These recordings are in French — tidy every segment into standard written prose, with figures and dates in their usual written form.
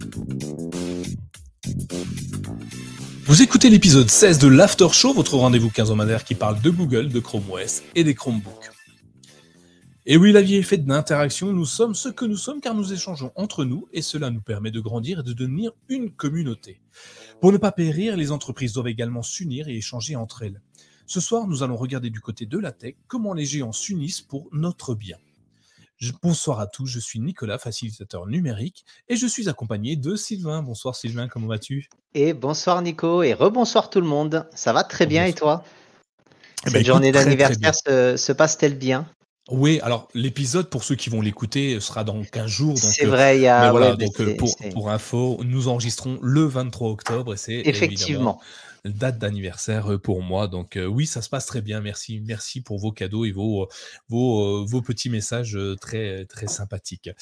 Vous écoutez l'épisode 16 de l'After Show, votre rendez-vous quinzomadaire qui parle de Google, de Chrome OS et des Chromebooks. Et oui, la vie est faite d'interactions, nous sommes ce que nous sommes car nous échangeons entre nous et cela nous permet de grandir et de devenir une communauté. Pour ne pas périr, les entreprises doivent également s'unir et échanger entre elles. Ce soir, nous allons regarder du côté de la tech comment les géants s'unissent pour notre bien. Bonsoir à tous, je suis Nicolas, facilitateur numérique, et je suis accompagné de Sylvain. Bonsoir Sylvain, comment vas-tu ? Et bonsoir Nico, et rebonsoir tout le monde. Ça va très bien et toi ? Cette journée d'anniversaire se passe-t-elle bien ? Oui, alors l'épisode, pour ceux qui vont l'écouter, sera dans 15 jours. Donc, c'est vrai, il y a... voilà, pour info, nous enregistrons le 23 octobre, et c'est évidemment date d'anniversaire pour moi. Donc oui, ça se passe très bien. Merci pour vos cadeaux et vos petits messages très très sympathiques.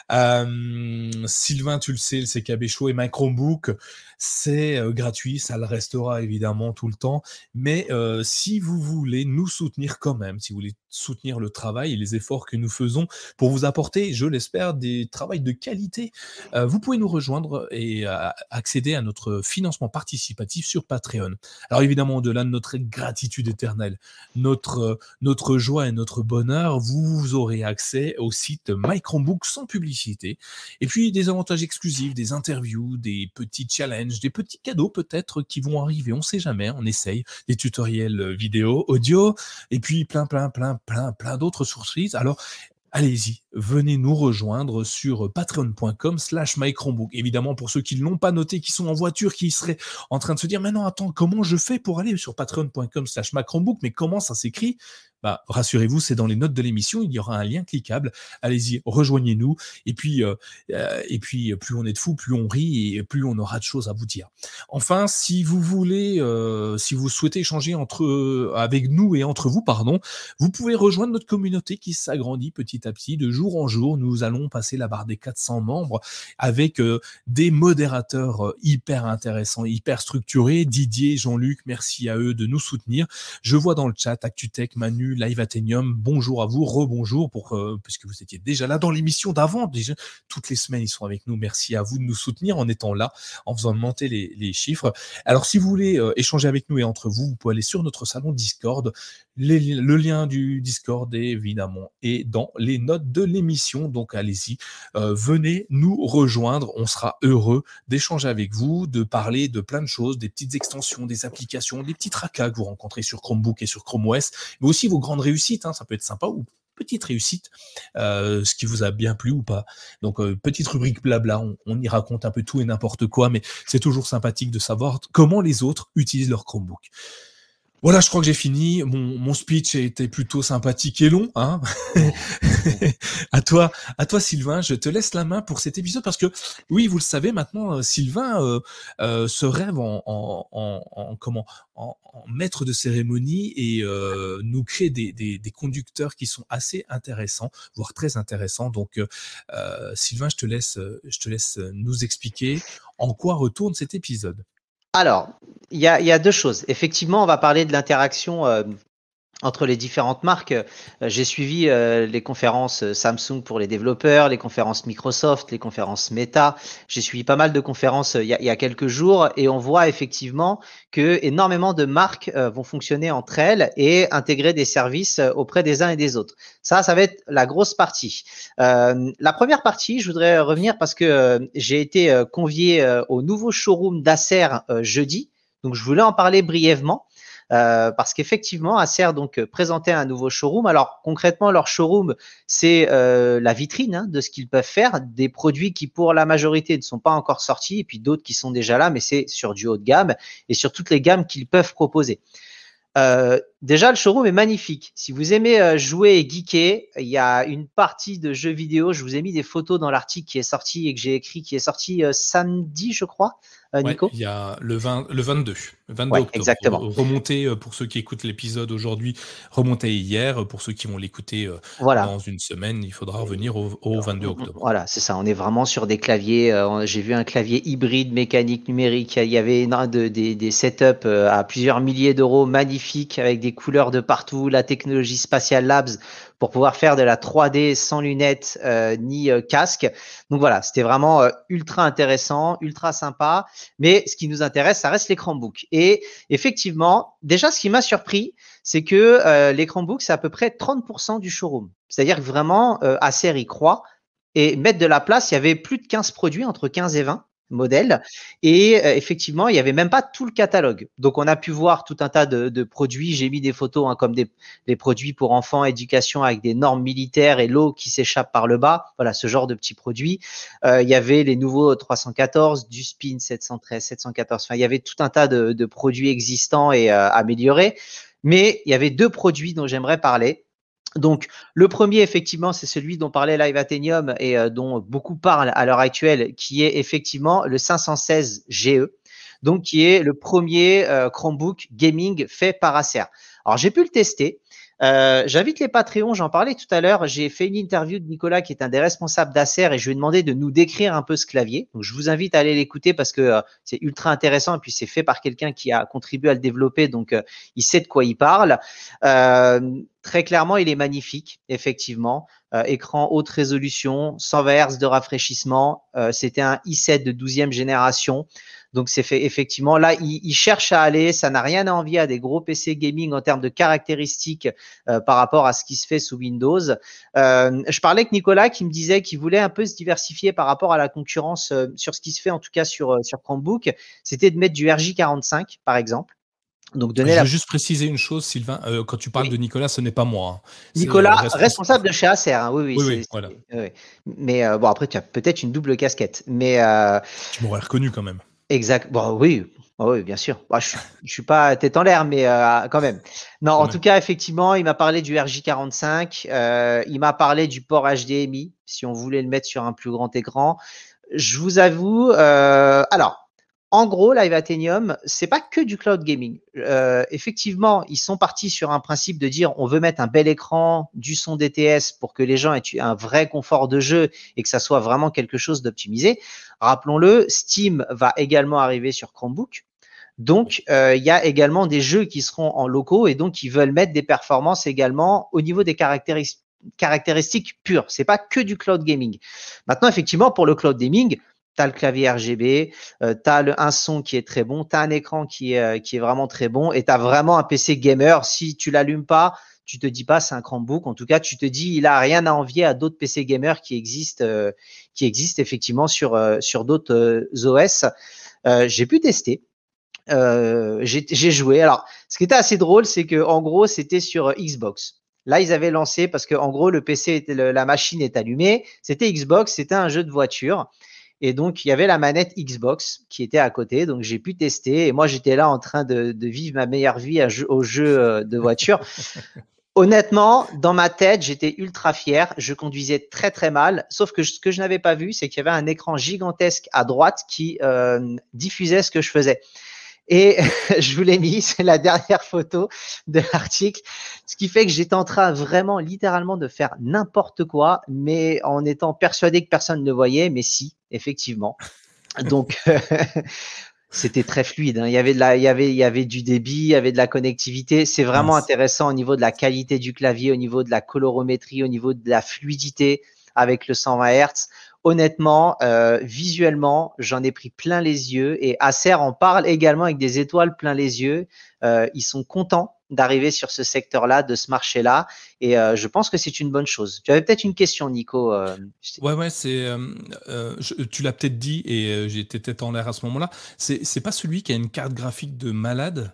Sylvain, tu le sais, le CKB Show et My Chromebook, c'est gratuit, ça le restera évidemment tout le temps. Mais si vous voulez nous soutenir quand même, si vous voulez soutenir le travail et les efforts que nous faisons pour vous apporter, je l'espère, des travails de qualité, vous pouvez nous rejoindre et accéder à notre financement participatif sur Patreon. Alors évidemment, au-delà de notre gratitude éternelle, notre joie et notre bonheur, vous aurez accès au site My Chromebook sans publicité, et puis des avantages exclusifs, des interviews, des petits challenges, des petits cadeaux peut-être qui vont arriver, on sait jamais, on essaye, des tutoriels vidéo, audio, et puis plein d'autres surprises. Alors allez-y, venez nous rejoindre sur patreon.com/mychromebook. Évidemment, pour ceux qui ne l'ont pas noté, qui sont en voiture, qui seraient en train de se dire « Mais non, attends, comment je fais pour aller sur patreon.com/mychromebook ? Mais comment ça s'écrit ?» Rassurez-vous, c'est dans les notes de l'émission, il y aura un lien cliquable. Allez-y, rejoignez-nous. Et puis, plus on est de fous, plus on rit et plus on aura de choses à vous dire. Enfin, si vous voulez, si vous souhaitez échanger avec nous et entre vous, vous pouvez rejoindre notre communauté qui s'agrandit petit à petit de jour en jour. Nous allons passer la barre des 400 membres avec des modérateurs hyper intéressants, hyper structurés. Didier, Jean-Luc, merci à eux de nous soutenir. Je vois dans le chat ActuTech, Manu, Live Athenium, bonjour à vous, rebonjour, puisque vous étiez déjà là dans l'émission d'avant. Déjà, toutes les semaines, ils sont avec nous. Merci à vous de nous soutenir en étant là, en faisant monter les chiffres. Alors, si vous voulez échanger avec nous et entre vous, vous pouvez aller sur notre salon Discord. Le lien du Discord, évidemment, est dans les notes de l'émission. Donc, allez-y, venez nous rejoindre. On sera heureux d'échanger avec vous, de parler de plein de choses, des petites extensions, des applications, des petits tracas que vous rencontrez sur Chromebook et sur Chrome OS, mais aussi vos grandes réussites, ça peut être sympa, ou petite réussite, ce qui vous a bien plu ou pas. Donc, petite rubrique blabla, on y raconte un peu tout et n'importe quoi, mais c'est toujours sympathique de savoir comment les autres utilisent leur Chromebook. Voilà, je crois que j'ai fini. Mon speech a été plutôt sympathique et long, hein. À toi, Sylvain, je te laisse la main pour cet épisode parce que, oui, vous le savez maintenant, Sylvain se rêve en maître de cérémonie et nous crée des conducteurs qui sont assez intéressants, voire très intéressants. Donc, Sylvain, je te laisse nous expliquer en quoi retourne cet épisode. Alors, il y a deux choses. Effectivement, on va parler de l'interaction entre les différentes marques. J'ai suivi les conférences Samsung pour les développeurs, les conférences Microsoft, les conférences Meta. J'ai suivi pas mal de conférences il y a quelques jours et on voit effectivement que énormément de marques vont fonctionner entre elles et intégrer des services auprès des uns et des autres. Ça va être la grosse partie. La première partie, je voudrais revenir parce que j'ai été convié au nouveau showroom d'Acer jeudi. Donc, je voulais en parler brièvement. Parce qu'effectivement, Acer présentait un nouveau showroom. Alors concrètement, leur showroom, c'est la vitrine de ce qu'ils peuvent faire, des produits qui pour la majorité ne sont pas encore sortis, et puis d'autres qui sont déjà là, mais c'est sur du haut de gamme et sur toutes les gammes qu'ils peuvent proposer. Déjà, le showroom est magnifique. Si vous aimez jouer et geeker, il y a une partie de jeux vidéo. Je vous ai mis des photos dans l'article qui est sorti et que j'ai écrit, qui est sorti samedi, je crois. Nico, il y a le 22 octobre. Exactement. Remontez, pour ceux qui écoutent l'épisode aujourd'hui, remontez hier. Pour ceux qui vont l'écouter dans une semaine, il faudra revenir au 22 octobre. Voilà, c'est ça. On est vraiment sur des claviers. J'ai vu un clavier hybride, mécanique, numérique. Il y avait des setups à plusieurs milliers d'euros, magnifiques, avec des couleurs de partout, la technologie Spatial Labs pour pouvoir faire de la 3D sans lunettes ni casque. Donc voilà, c'était vraiment ultra intéressant, ultra sympa. Mais ce qui nous intéresse, ça reste les Chromebooks. Et effectivement, déjà, ce qui m'a surpris, c'est que les Chromebooks, c'est à peu près 30% du showroom. C'est-à-dire que vraiment, Acer y croit et mettre de la place. Il y avait plus de 15 produits, entre 15 et 20 modèles. Et effectivement, il n'y avait même pas tout le catalogue. Donc, on a pu voir tout un tas de produits. J'ai mis des photos comme des produits pour enfants, éducation avec des normes militaires et l'eau qui s'échappe par le bas. Voilà, ce genre de petits produits. Il y avait les nouveaux 314, du Spin 713, 714. Enfin, il y avait tout un tas de produits existants et améliorés. Mais il y avait deux produits dont j'aimerais parler. Donc, le premier, effectivement, c'est celui dont parlait Live Athenium et dont beaucoup parlent à l'heure actuelle, qui est effectivement le 516 GE, donc qui est le premier Chromebook gaming fait par Acer. Alors, j'ai pu le tester. J'invite les Patreons, j'en parlais tout à l'heure. J'ai fait une interview de Nicolas, qui est un des responsables d'Acer, et je lui ai demandé de nous décrire un peu ce clavier. Donc, je vous invite à aller l'écouter parce que c'est ultra intéressant et puis c'est fait par quelqu'un qui a contribué à le développer, donc il sait de quoi il parle. Très clairement, il est magnifique, effectivement. Écran haute résolution, 120 Hz de rafraîchissement. C'était un i7 de 12e génération. Donc, c'est fait effectivement. Là, il cherche à aller. Ça n'a rien à envier à des gros PC gaming en termes de caractéristiques par rapport à ce qui se fait sous Windows. Je parlais avec Nicolas qui me disait qu'il voulait un peu se diversifier par rapport à la concurrence sur ce qui se fait, en tout cas sur Chromebook. C'était de mettre du RJ45, par exemple. Donc, je veux juste préciser une chose, Sylvain. Quand tu parles de Nicolas, ce n'est pas moi. Hein. Nicolas, responsable de chez Acer. Hein. Oui, voilà. Mais bon, après, tu as peut-être une double casquette. Mais tu m'aurais reconnu quand même. Exact. Bon, oui, bien sûr. Bon, je suis pas tête en l'air, mais quand même. Non, en tout cas, effectivement, il m'a parlé du RJ45. Il m'a parlé du port HDMI, si on voulait le mettre sur un plus grand écran. Je vous avoue, alors, en gros, Live Athenium, c'est pas que du cloud gaming. Effectivement, ils sont partis sur un principe de dire on veut mettre un bel écran, du son DTS pour que les gens aient un vrai confort de jeu et que ça soit vraiment quelque chose d'optimisé. Rappelons-le, Steam va également arriver sur Chromebook. Donc, il y a également des jeux qui seront en locaux et donc ils veulent mettre des performances également au niveau des caractéristiques pures. C'est pas que du cloud gaming. Maintenant, effectivement, pour le cloud gaming, tu as le clavier RGB, tu as un son qui est très bon, tu as un écran qui est vraiment très bon et tu as vraiment un PC gamer. Si tu l'allumes pas, tu te dis pas c'est un Chromebook. En tout cas, tu te dis il a rien à envier à d'autres PC gamers qui existent effectivement sur d'autres OS. J'ai pu tester. J'ai joué. Alors, ce qui était assez drôle, c'est que en gros, c'était sur Xbox. Là, ils avaient lancé parce que en gros, le PC, la machine est allumée. C'était Xbox, c'était un jeu de voiture. Et donc, il y avait la manette Xbox qui était à côté. Donc, j'ai pu tester. Et moi, j'étais là en train de vivre ma meilleure vie au jeu de voiture. Honnêtement, dans ma tête, j'étais ultra fier. Je conduisais très, très mal. Sauf que ce que je n'avais pas vu, c'est qu'il y avait un écran gigantesque à droite qui diffusait ce que je faisais. Et je vous l'ai mis, c'est la dernière photo de l'article, ce qui fait que j'étais en train vraiment littéralement de faire n'importe quoi, mais en étant persuadé que personne ne voyait, mais si, effectivement. Donc, c'était très fluide. Hein. Il y avait du débit, il y avait de la connectivité. C'est vraiment intéressant au niveau de la qualité du clavier, au niveau de la colorométrie, au niveau de la fluidité avec le 120 Hz. Honnêtement, visuellement, j'en ai pris plein les yeux et Acer en parle également avec des étoiles plein les yeux. Ils sont contents d'arriver sur ce secteur-là, de ce marché-là et je pense que c'est une bonne chose. Tu avais peut-être une question, Nico. Ouais, tu l'as peut-être dit et j'étais tête en l'air à ce moment-là. C'est pas celui qui a une carte graphique de malade?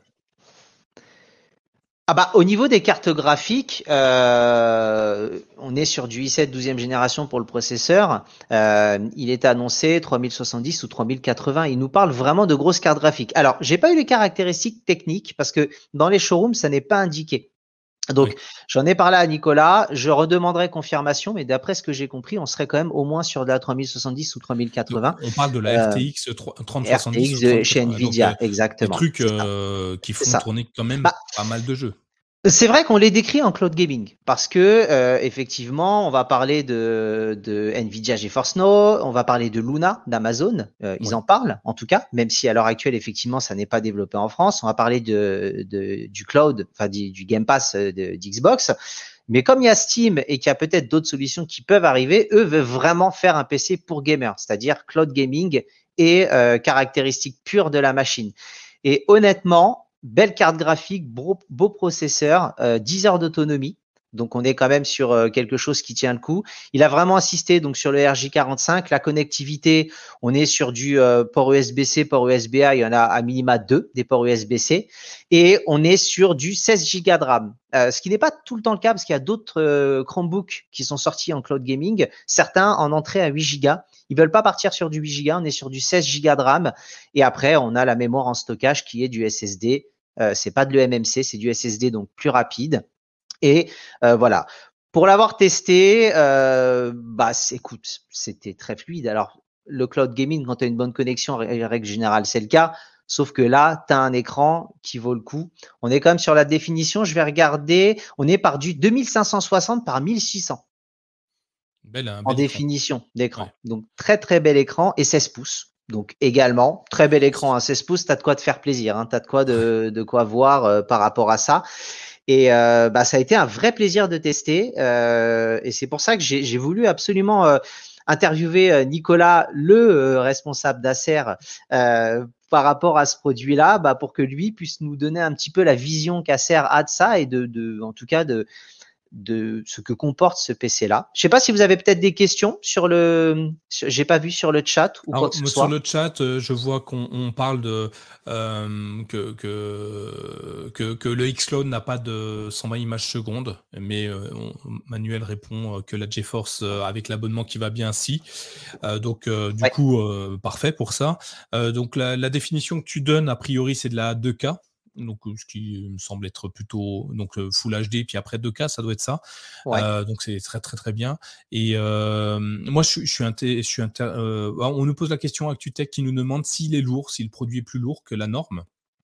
Ah bah, au niveau des cartes graphiques, on est sur du i7 12e génération pour le processeur. Il est annoncé 3070 ou 3080. Il nous parle vraiment de grosses cartes graphiques. Alors, j'ai pas eu les caractéristiques techniques parce que dans les showrooms, ça n'est pas indiqué. Donc, j'en ai parlé à Nicolas. Je redemanderai confirmation, mais d'après ce que j'ai compris, on serait quand même au moins sur de la 3070 ou 3080. Donc, on parle de la RTX 3070 RTX chez Nvidia, exactement. Des trucs qui font tourner quand même pas mal de jeux. C'est vrai qu'on les décrit en cloud gaming parce que effectivement, on va parler de Nvidia GeForce Now, on va parler de Luna d'Amazon, ils en parlent en tout cas, même si à l'heure actuelle effectivement ça n'est pas développé en France. On va parler du cloud, enfin du Game Pass d'Xbox, Mais comme il y a Steam et qu'il y a peut-être d'autres solutions qui peuvent arriver, eux veulent vraiment faire un PC pour gamers, c'est-à-dire cloud gaming et caractéristiques pures de la machine. Et honnêtement, belle carte graphique, beau processeur, 10 heures d'autonomie. Donc, on est quand même sur quelque chose qui tient le coup. Il a vraiment insisté donc sur le RJ45. La connectivité, on est sur du port USB-C, port USB-A. Il y en a à minima 2 des ports USB-C. Et on est sur du 16 Go de RAM. Ce qui n'est pas tout le temps le cas parce qu'il y a d'autres Chromebooks qui sont sortis en cloud gaming. Certains en entrée à 8 Go. Ils veulent pas partir sur du 8 Go. On est sur du 16 Go de RAM. Et après, on a la mémoire en stockage qui est du SSD. C'est pas de l'eMMC, c'est du SSD, donc plus rapide. Et voilà. Pour l'avoir testé, écoute, c'était très fluide. Alors, le cloud gaming, quand tu as une bonne connexion, en règle générale, c'est le cas. Sauf que là, tu as un écran qui vaut le coup. On est quand même sur la définition. Je vais regarder. On est par du 2560 par 1600 en définition d'écran. Ouais. Donc, très, très bel écran et 16 pouces. Donc, également, très bel écran à 16 pouces. Tu as de quoi te faire plaisir. Hein. Tu as de quoi voir par rapport à ça. Et ça a été un vrai plaisir de tester. Et c'est pour ça que j'ai voulu absolument interviewer Nicolas, le responsable d'Acer, par rapport à ce produit-là, pour que lui puisse nous donner un petit peu la vision qu'Acer a de ça et en tout cas de ce que comporte ce PC-là. Je sais pas si vous avez peut-être des questions j'ai pas vu sur le chat ou quoi que ce soit. Sur le chat, je vois qu'on parle de que le xCloud n'a pas de 120 images secondes, mais Manuel répond que la GeForce avec l'abonnement qui va bien si. Du coup, parfait pour ça. Donc la définition que tu donnes, a priori, c'est de la 2K. Donc ce qui me semble être plutôt Full HD, puis après 2K, ça doit être ça. Ouais. Donc c'est très très très bien. Et moi on nous pose la question à ActuTech qui nous demande s'il est lourd, si le produit est plus lourd que la norme.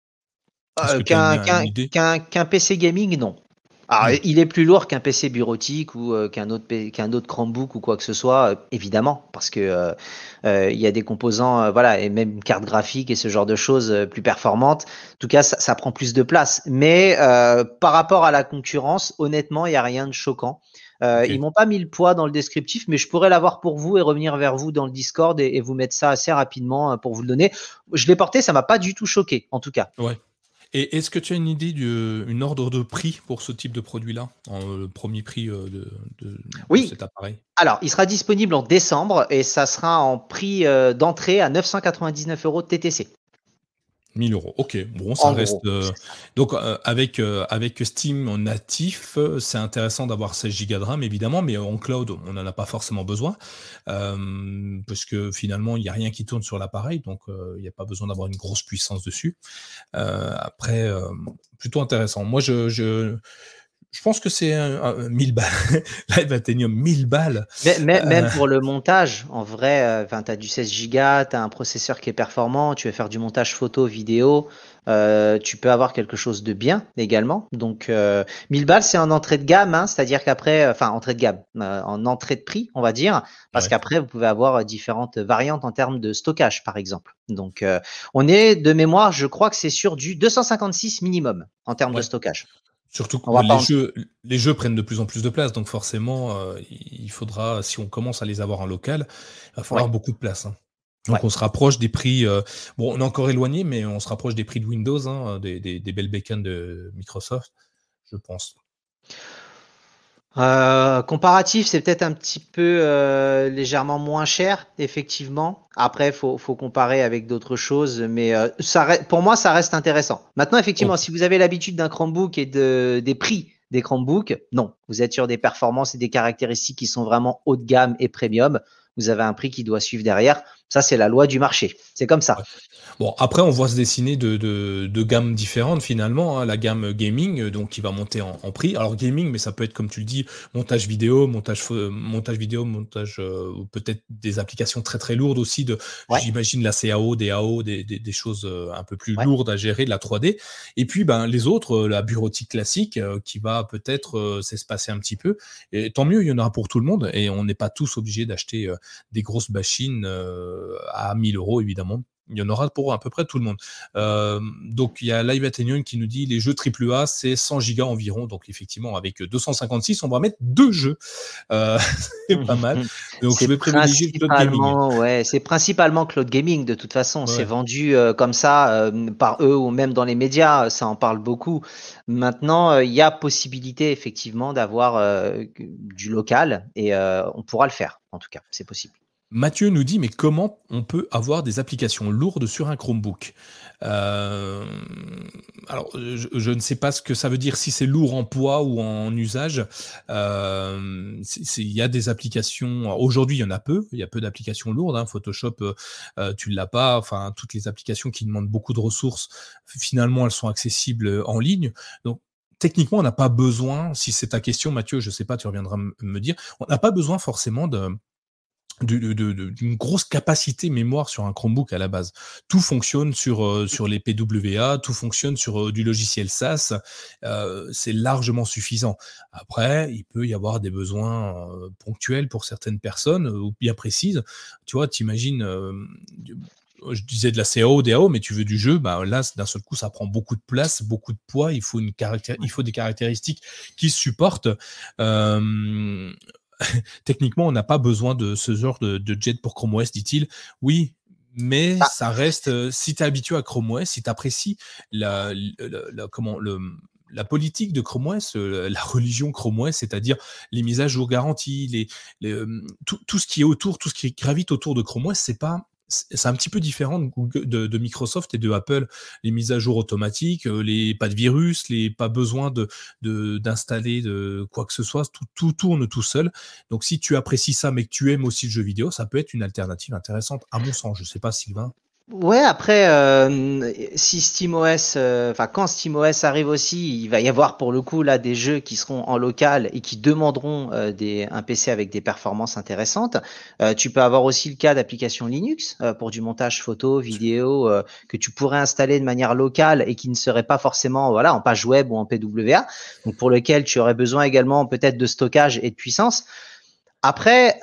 Qu'un PC gaming, non. Alors, il est plus lourd qu'un PC bureautique ou qu'un autre Chromebook ou quoi que ce soit, évidemment, parce que il y a des composants, et même une carte graphique et ce genre de choses plus performantes. En tout cas, ça prend plus de place. Mais par rapport à la concurrence, honnêtement, il n'y a rien de choquant. Ils m'ont pas mis le poids dans le descriptif, mais je pourrais l'avoir pour vous et revenir vers vous dans le Discord et vous mettre ça assez rapidement pour vous le donner. Je l'ai porté, ça m'a pas du tout choqué, en tout cas. Ouais. Et est-ce que tu as une idée d'une ordre de prix pour ce type de produit-là, le premier prix de cet appareil? Alors, il sera disponible en décembre et ça sera en prix d'entrée à 999 € de TTC. 1000 €. Ok, bon, ça reste. Donc, avec Steam en natif, c'est intéressant d'avoir 16 Go de RAM, évidemment, mais en cloud, on n'en a pas forcément besoin, parce que finalement, il n'y a rien qui tourne sur l'appareil, donc il n'y a pas besoin d'avoir une grosse puissance dessus. Après, plutôt intéressant. Moi, je pense que c'est 1000 balles. Là, il va atteindre 1000 balles. Même pour le montage, en vrai, tu as du 16 Go, tu as un processeur qui est performant, tu veux faire du montage photo, vidéo, tu peux avoir quelque chose de bien également. Donc, 1000 balles, c'est en entrée de gamme, hein, c'est-à-dire qu'après, entrée de gamme, en entrée de prix, on va dire, parce qu'après, vous pouvez avoir différentes variantes en termes de stockage, par exemple. Donc, on est de mémoire, je crois que c'est sur du 256 minimum en termes de stockage. Surtout que les jeux prennent de plus en plus de place, donc forcément, il faudra, si on commence à les avoir en local, il va falloir beaucoup de place. Hein. Donc on se rapproche des prix, on est encore éloigné, mais on se rapproche des prix de Windows, hein, des belles bécanes de Microsoft, je pense. Comparatif, c'est peut-être un petit peu légèrement moins cher, effectivement. Après, faut comparer avec d'autres choses, mais pour moi, ça reste intéressant. Maintenant, effectivement, si vous avez l'habitude d'un Chromebook et des prix des Chromebooks, non, vous êtes sur des performances et des caractéristiques qui sont vraiment haut de gamme et premium. Vous avez un prix qui doit suivre derrière. Ça, c'est la loi du marché. C'est comme ça. Ouais. Bon, après, on voit se dessiner de gammes différentes finalement. Hein. La gamme gaming, donc qui va monter en prix. Alors gaming, mais ça peut être comme tu le dis, montage vidéo, montage peut-être des applications très très lourdes aussi. J'imagine la CAO, DAO, des choses un peu plus lourdes à gérer, de la 3D. Et puis, les autres, la bureautique classique, qui va peut-être s'espacer un petit peu. Et tant mieux, il y en aura pour tout le monde. Et on n'est pas tous obligés d'acheter des grosses machines à 1000 € évidemment. Il y en aura pour à peu près tout le monde. Donc, il y a Live Athenium qui nous dit les jeux AAA, c'est 100 gigas environ. Donc, effectivement, avec 256, on va mettre 2 jeux. C'est pas mal. Donc, je vais privilégier le cloud gaming. Ouais, c'est principalement cloud gaming de toute façon. Ouais. C'est vendu comme ça par eux ou même dans les médias. Ça en parle beaucoup. Maintenant, il y a possibilité effectivement d'avoir du local et on pourra le faire. En tout cas, c'est possible. Mathieu nous dit, mais comment on peut avoir des applications lourdes sur un Chromebook? Alors, je ne sais pas ce que ça veut dire, si c'est lourd en poids ou en usage. Il y a des applications, aujourd'hui il y en a peu, il y a peu d'applications lourdes, hein. Photoshop, tu ne l'as pas, enfin toutes les applications qui demandent beaucoup de ressources, finalement elles sont accessibles en ligne. Donc, techniquement, on n'a pas besoin, si c'est ta question Mathieu, je ne sais pas, tu reviendras me dire, on n'a pas besoin forcément d'une grosse capacité mémoire sur un Chromebook à la base. Tout fonctionne sur les PWA, tout fonctionne sur du logiciel SAS, c'est largement suffisant. Après, il peut y avoir des besoins ponctuels pour certaines personnes, ou bien précises. Tu vois, t'imagines, je disais de la CAO, DAO, mais tu veux du jeu, bah là, d'un seul coup, ça prend beaucoup de place, beaucoup de poids, il faut des caractéristiques qui supportent. Techniquement, on n'a pas besoin de ce genre de jet pour Chrome OS, dit-il. Oui, mais ça reste, si tu es habitué à Chrome OS, si tu apprécies la politique de Chrome OS, la religion Chrome OS, c'est-à-dire les mises à jour garanties, tout ce qui est autour, tout ce qui gravite autour de Chrome OS, c'est un petit peu différent de Microsoft et de Apple. Les mises à jour automatiques, pas de virus, pas besoin d'installer de quoi que ce soit, tout tourne tout seul. Donc si tu apprécies ça, mais que tu aimes aussi le jeu vidéo, ça peut être une alternative intéressante, à mon sens. Je sais pas, Sylvain. Ouais, après, si SteamOS, enfin quand SteamOS arrive aussi, il va y avoir pour le coup là des jeux qui seront en local et qui demanderont un PC avec des performances intéressantes. Tu peux avoir aussi le cas d'applications Linux pour du montage photo, vidéo que tu pourrais installer de manière locale et qui ne serait pas forcément voilà en page web ou en PWA. Donc pour lequel tu aurais besoin également peut-être de stockage et de puissance. Après,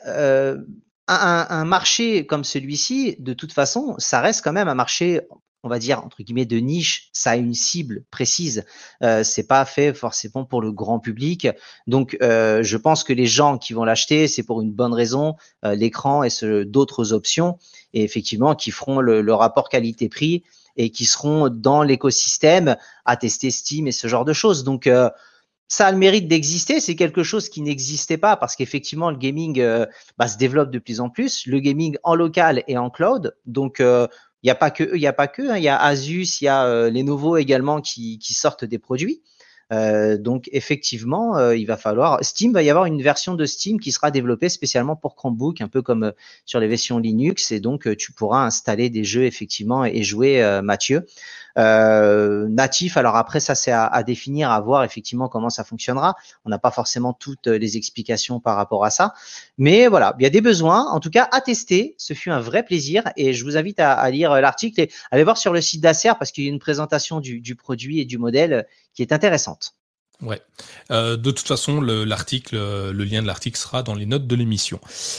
un marché comme celui-ci, de toute façon, ça reste quand même un marché, on va dire, entre guillemets, de niche. Ça a une cible précise. C'est pas fait forcément pour le grand public. Donc, je pense que les gens qui vont l'acheter, c'est pour une bonne raison, l'écran et d'autres options. Et effectivement, qui feront le rapport qualité-prix et qui seront dans l'écosystème à tester Steam et ce genre de choses. Donc, ça a le mérite d'exister, c'est quelque chose qui n'existait pas parce qu'effectivement le gaming se développe de plus en plus, le gaming en local et en cloud. Donc il n'y a pas que eux, il y a Asus, il y a Lenovo également qui sortent des produits. Donc effectivement, il va falloir Steam, va y avoir une version de Steam qui sera développée spécialement pour Chromebook, un peu comme sur les versions Linux, et donc tu pourras installer des jeux effectivement et jouer, Mathieu. Natif, alors après ça c'est à définir, à voir effectivement comment ça fonctionnera. On n'a pas forcément toutes les explications par rapport à ça, mais voilà, il y a des besoins, en tout cas à tester. Ce fut un vrai plaisir et je vous invite à lire l'article et aller voir sur le site d'Acer parce qu'il y a une présentation du produit et du modèle qui est intéressante. Ouais. De toute façon, le lien de l'article sera dans les notes de l'émission.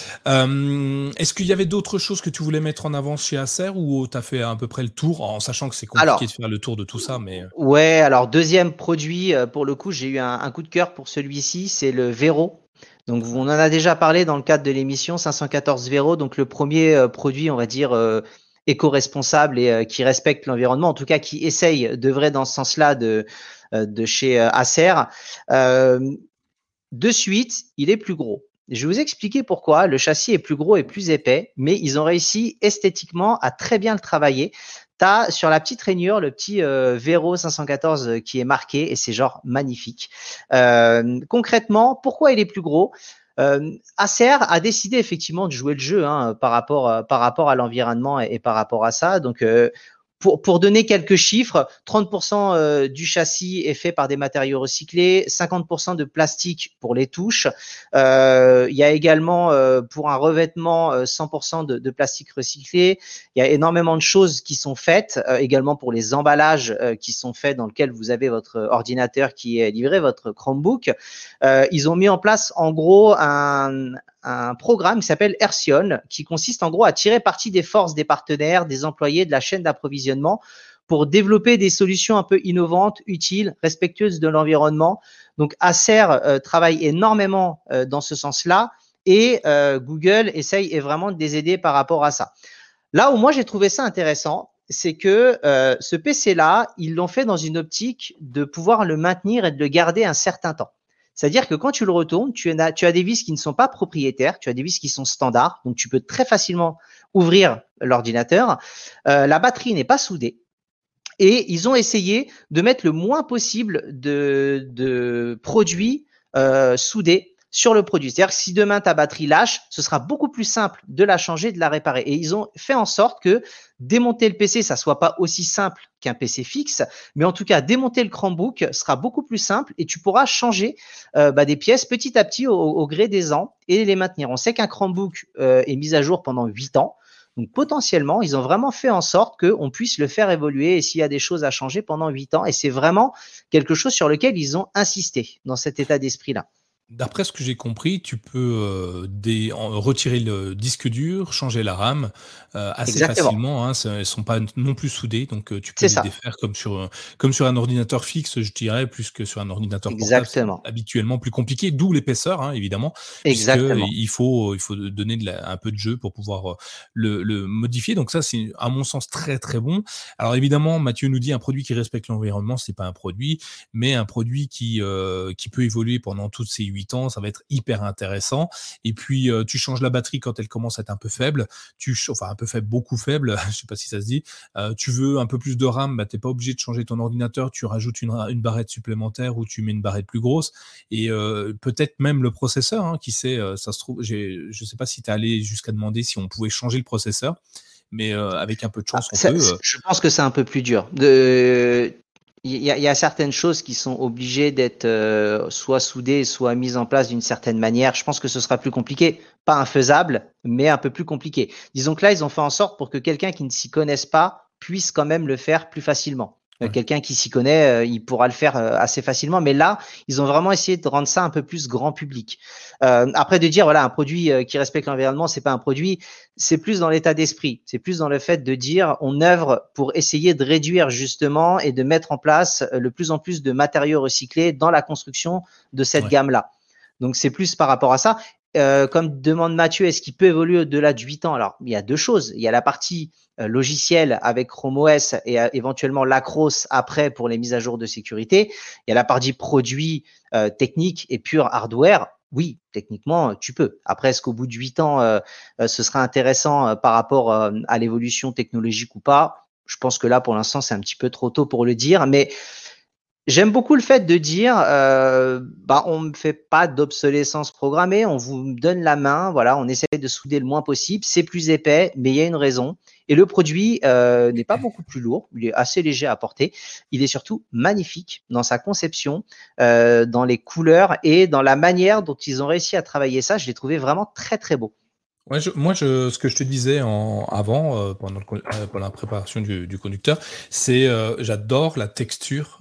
Est-ce qu'il y avait d'autres choses que tu voulais mettre en avant chez Acer ou tu as fait à peu près le tour, en sachant que c'est compliqué de faire le tour de tout ça, mais... Ouais, alors deuxième produit, pour le coup, j'ai eu un coup de cœur pour celui-ci, c'est le Vero. Donc on en a déjà parlé dans le cadre de l'émission 514 Vero, donc le premier produit, on va dire, éco-responsable et qui respecte l'environnement, en tout cas qui essaye d'œuvrer dans ce sens-là de chez Acer. De suite, il est plus gros. Je vais vous expliquer pourquoi. Le châssis est plus gros et plus épais, mais ils ont réussi esthétiquement à très bien le travailler. Tu as sur la petite rainure le petit Vero 514 qui est marqué et c'est genre magnifique. Concrètement, pourquoi il est plus gros? Acer a décidé effectivement de jouer le jeu par rapport à l'environnement et par rapport à ça. Donc, Pour donner quelques chiffres, 30% du châssis est fait par des matériaux recyclés, 50% de plastique pour les touches. Il y a également pour un revêtement 100% de plastique recyclé. Il y a énormément de choses qui sont faites, également pour les emballages qui sont faits dans lequel vous avez votre ordinateur qui est livré, votre Chromebook. Ils ont mis en place en gros un programme qui s'appelle Hersion, qui consiste en gros à tirer parti des forces des partenaires, des employés, de la chaîne d'approvisionnement pour développer des solutions un peu innovantes, utiles, respectueuses de l'environnement. Donc Acer travaille énormément dans ce sens-là et Google essaye vraiment de les aider par rapport à ça. Là où moi j'ai trouvé ça intéressant, c'est que ce PC-là, ils l'ont fait dans une optique de pouvoir le maintenir et de le garder un certain temps. C'est-à-dire que quand tu le retournes, tu as des vis qui ne sont pas propriétaires, tu as des vis qui sont standards, donc tu peux très facilement ouvrir l'ordinateur. La batterie n'est pas soudée et ils ont essayé de mettre le moins possible de produits soudés sur le produit. C'est-à-dire que si demain ta batterie lâche, ce sera beaucoup plus simple de la changer, de la réparer. Et ils ont fait en sorte que démonter le PC, ça soit pas aussi simple qu'un PC fixe, mais en tout cas, démonter le Chromebook sera beaucoup plus simple et tu pourras changer des pièces petit à petit au gré des ans et les maintenir. On sait qu'un Chromebook est mis à jour pendant 8 ans. Donc potentiellement, ils ont vraiment fait en sorte qu'on puisse le faire évoluer et s'il y a des choses à changer pendant 8 ans. Et c'est vraiment quelque chose sur lequel ils ont insisté dans cet état d'esprit-là. D'après ce que j'ai compris, tu peux retirer le disque dur, changer la RAM assez Exactement. facilement. Hein, elles ne sont pas non plus soudées, donc tu peux C'est les ça. défaire comme sur un ordinateur fixe, je dirais, plus que sur un ordinateur portable. C'est Exactement. habituellement plus compliqué, d'où l'épaisseur, hein, évidemment, puisque Exactement. il faut donner un peu de jeu pour pouvoir le modifier. Donc ça, c'est à mon sens très très bon. Alors évidemment, Mathieu nous dit un produit qui respecte l'environnement, c'est pas un produit, mais un produit qui peut évoluer pendant toutes ces 8 ans, ça va être hyper intéressant. Et puis, tu changes la batterie quand elle commence à être un peu faible, enfin un peu faible, beaucoup faible, je sais pas si ça se dit. Tu veux un peu plus de RAM, t'es pas obligé de changer ton ordinateur, tu rajoutes une barrette supplémentaire ou tu mets une barrette plus grosse. Et peut-être même le processeur, hein, qui sait, ça se trouve, je sais pas si tu es allé jusqu'à demander si on pouvait changer le processeur, mais avec un peu de chance, on peut. Je pense que c'est un peu plus dur. Il y a certaines choses qui sont obligées d'être soit soudées, soit mises en place d'une certaine manière. Je pense que ce sera plus compliqué, pas infaisable, mais un peu plus compliqué. Disons que là, ils ont fait en sorte pour que quelqu'un qui ne s'y connaisse pas puisse quand même le faire plus facilement. Ouais. Quelqu'un qui s'y connaît, il pourra le faire assez facilement. Mais là, ils ont vraiment essayé de rendre ça un peu plus grand public. Après, de dire, voilà, un produit qui respecte l'environnement, c'est pas un produit, c'est plus dans l'état d'esprit. C'est plus dans le fait de dire, on œuvre pour essayer de réduire justement et de mettre en place le plus en plus de matériaux recyclés dans la construction de cette Ouais. gamme-là. Donc, c'est plus par rapport à ça. Comme demande Mathieu, est-ce qu'il peut évoluer au-delà de 8 ans? Alors, il y a deux choses. Il y a la partie logicielle avec Chrome OS et éventuellement l'Acros après pour les mises à jour de sécurité. Il y a la partie produit technique et pur hardware. Oui, techniquement, tu peux. Après, est-ce qu'au bout de 8 ans, ce sera intéressant par rapport à l'évolution technologique ou pas? Je pense que là, pour l'instant, c'est un petit peu trop tôt pour le dire. Mais j'aime beaucoup le fait de dire, on ne fait pas d'obsolescence programmée, on vous donne la main, voilà, on essaie de souder le moins possible, c'est plus épais, mais il y a une raison. Et le produit n'est pas beaucoup plus lourd, il est assez léger à porter. Il est surtout magnifique dans sa conception, dans les couleurs et dans la manière dont ils ont réussi à travailler ça. Je l'ai trouvé vraiment très très beau. Ouais, ce que je te disais avant, pendant la préparation du conducteur, c'est j'adore la texture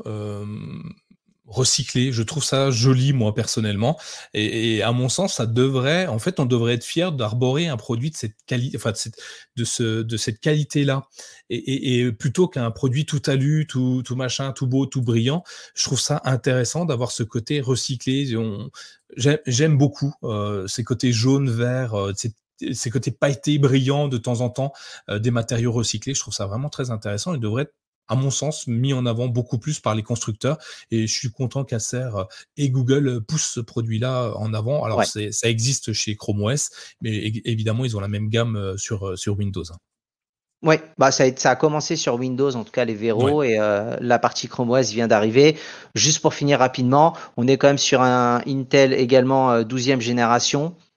recyclée. Je trouve ça joli, moi, personnellement. Et à mon sens, on devrait être fier d'arborer un produit de cette qualité, enfin, de cette qualité-là. Et plutôt qu'un produit tout alu, tout machin, tout beau, tout brillant, je trouve ça intéressant d'avoir ce côté recyclé. J'aime beaucoup ces côtés jaune, vert, ces côtés pailletés, brillants de temps en temps, des matériaux recyclés. Je trouve ça vraiment très intéressant et devrait être, à mon sens, mis en avant beaucoup plus par les constructeurs. Et je suis content qu'Acer et Google poussent ce produit-là en avant. Alors, Ouais. ça existe chez Chrome OS, mais évidemment, ils ont la même gamme sur Windows. Ouais, ça a commencé sur Windows, en tout cas les Ouais. verrous, et la partie Chrome OS vient d'arriver. Juste pour finir rapidement, on est quand même sur un Intel également 12e génération.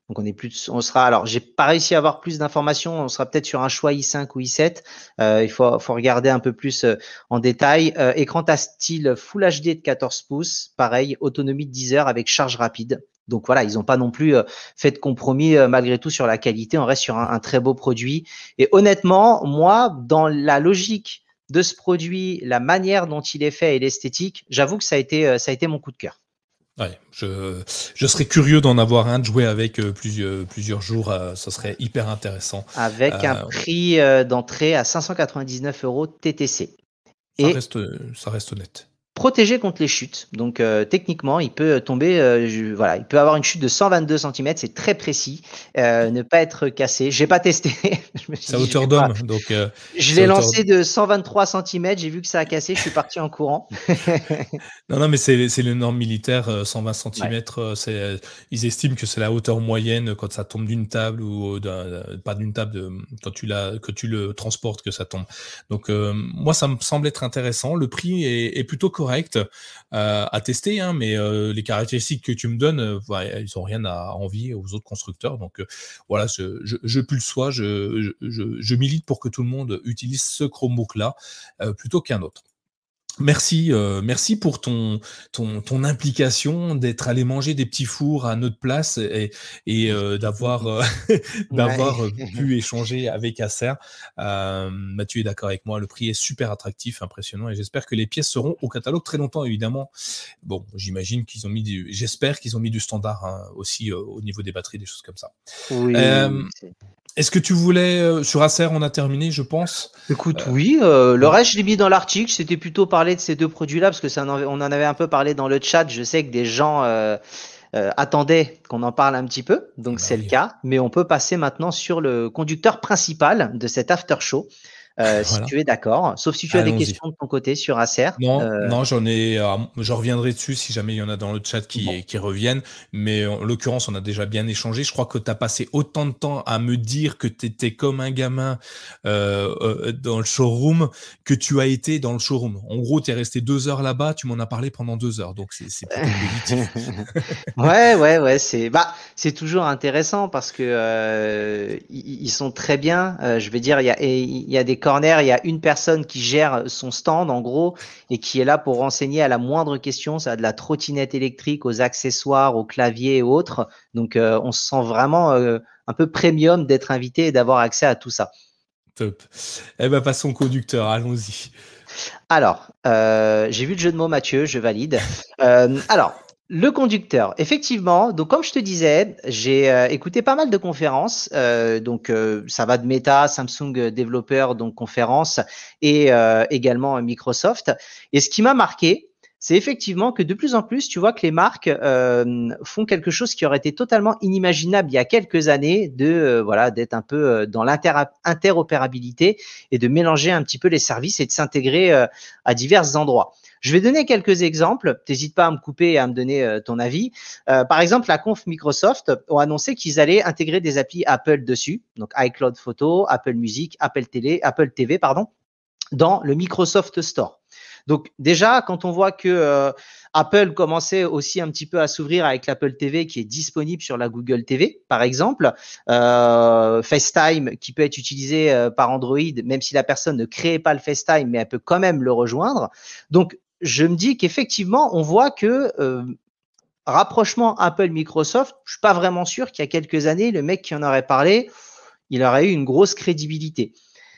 Donc on sera. Alors, j'ai pas réussi à avoir plus d'informations. On sera peut-être sur un choix i5 ou i7. Il faut regarder un peu plus en détail. Écran tactile Full HD de 14 pouces. Pareil, autonomie de 10 heures avec charge rapide. Donc voilà, ils n'ont pas non plus fait de compromis malgré tout sur la qualité. On reste sur un très beau produit. Et honnêtement, moi, dans la logique de ce produit, la manière dont il est fait et l'esthétique, j'avoue que ça a été mon coup de cœur. Ouais, je serais curieux d'en avoir un, de jouer avec plusieurs jours, ça serait hyper intéressant. Avec un Euh, prix d'entrée à 599 € TTC. ça Et reste, ça reste honnête. protégé contre les chutes. Donc techniquement, il peut tomber, voilà, il peut avoir une chute de 122 cm, c'est très précis, ne pas être cassé. J'ai pas testé, je me suis C'est à dit, hauteur d'homme, donc je c'est à l'ai hauteur. lancé de 123 cm, j'ai vu que ça a cassé, je suis parti en courant. Non, non, mais c'est les normes militaires, 120 Ouais. cm, ils estiment que c'est la hauteur moyenne quand ça tombe d'une table ou pas d'une table, que tu le transportes, que ça tombe. Donc, moi, ça me semble être intéressant. Le prix est plutôt correct à tester, hein, mais les caractéristiques que tu me donnes, ils ont rien à envier aux autres constructeurs. Donc, voilà, je pulse je milite pour que tout le monde utilise ce Chromebook-là plutôt qu'un autre. Merci pour ton implication, d'être allé manger des petits fours à notre place et d'avoir Ouais. d'avoir pu échanger avec Acer. Mathieu est d'accord avec moi, le prix est super attractif, impressionnant, et j'espère que les pièces seront au catalogue très longtemps, évidemment. Bon, j'espère qu'ils ont mis du standard, hein, aussi au niveau des batteries, des choses comme ça. Oui, oui, Euh, oui. Est-ce que tu voulais sur Acer, on a terminé, je pense. Écoute, Euh, oui, le ouais. reste, je l'ai mis dans l'article. C'était plutôt parler de ces deux produits-là parce que on en avait un peu parlé dans le chat. Je sais que des gens attendaient qu'on en parle un petit peu, donc Bah c'est le oui, cas. Mais on peut passer maintenant sur le conducteur principal de cet after show, si voilà. tu es d'accord. Sauf si tu as des Allons-y. questions de ton côté sur Acer. Non, non, je reviendrai dessus si jamais il y en a dans le chat Bon. qui reviennent. Mais en l'occurrence, on a déjà bien échangé. Je crois que tu as passé autant de temps à me dire que tu étais comme un gamin dans le showroom que tu as été dans le showroom. En gros, tu es resté 2 heures là-bas, tu m'en as parlé pendant 2 heures. Donc, c'est plutôt positif. Ouais, c'est toujours intéressant parce que ils sont très bien. Je vais dire, il y a des corners, il y a une personne qui gère son stand en gros et qui est là pour renseigner à la moindre question. Ça va de la trottinette électrique aux accessoires, au clavier et autres. Donc on se sent vraiment un peu premium d'être invité et d'avoir accès à tout ça. Top. Eh ben, passons au conducteur. Allons-y. Alors, j'ai vu le jeu de mots, Mathieu, je valide. Alors, le conducteur, effectivement, donc comme je te disais, j'ai écouté pas mal de conférences. Donc, ça va de Meta, Samsung développeur, donc conférence, et également Microsoft. Et ce qui m'a marqué, c'est effectivement que de plus en plus, tu vois que les marques font quelque chose qui aurait été totalement inimaginable il y a quelques années, de voilà, d'être un peu dans l'interopérabilité et de mélanger un petit peu les services et de s'intégrer à divers endroits. Je vais donner quelques exemples. N'hésite pas à me couper et à me donner ton avis. Par exemple, la conf Microsoft ont annoncé qu'ils allaient intégrer des applis Apple dessus, donc iCloud Photo, Apple Music, Apple TV, pardon, dans le Microsoft Store. Donc déjà, quand on voit que Apple commençait aussi un petit peu à s'ouvrir avec l'Apple TV qui est disponible sur la Google TV, par exemple, FaceTime qui peut être utilisé par Android, même si la personne ne crée pas le FaceTime, mais elle peut quand même le rejoindre. Donc je me dis qu'effectivement, on voit que rapprochement Apple-Microsoft, je suis pas vraiment sûr qu'il y a quelques années, le mec qui en aurait parlé, il aurait eu une grosse crédibilité.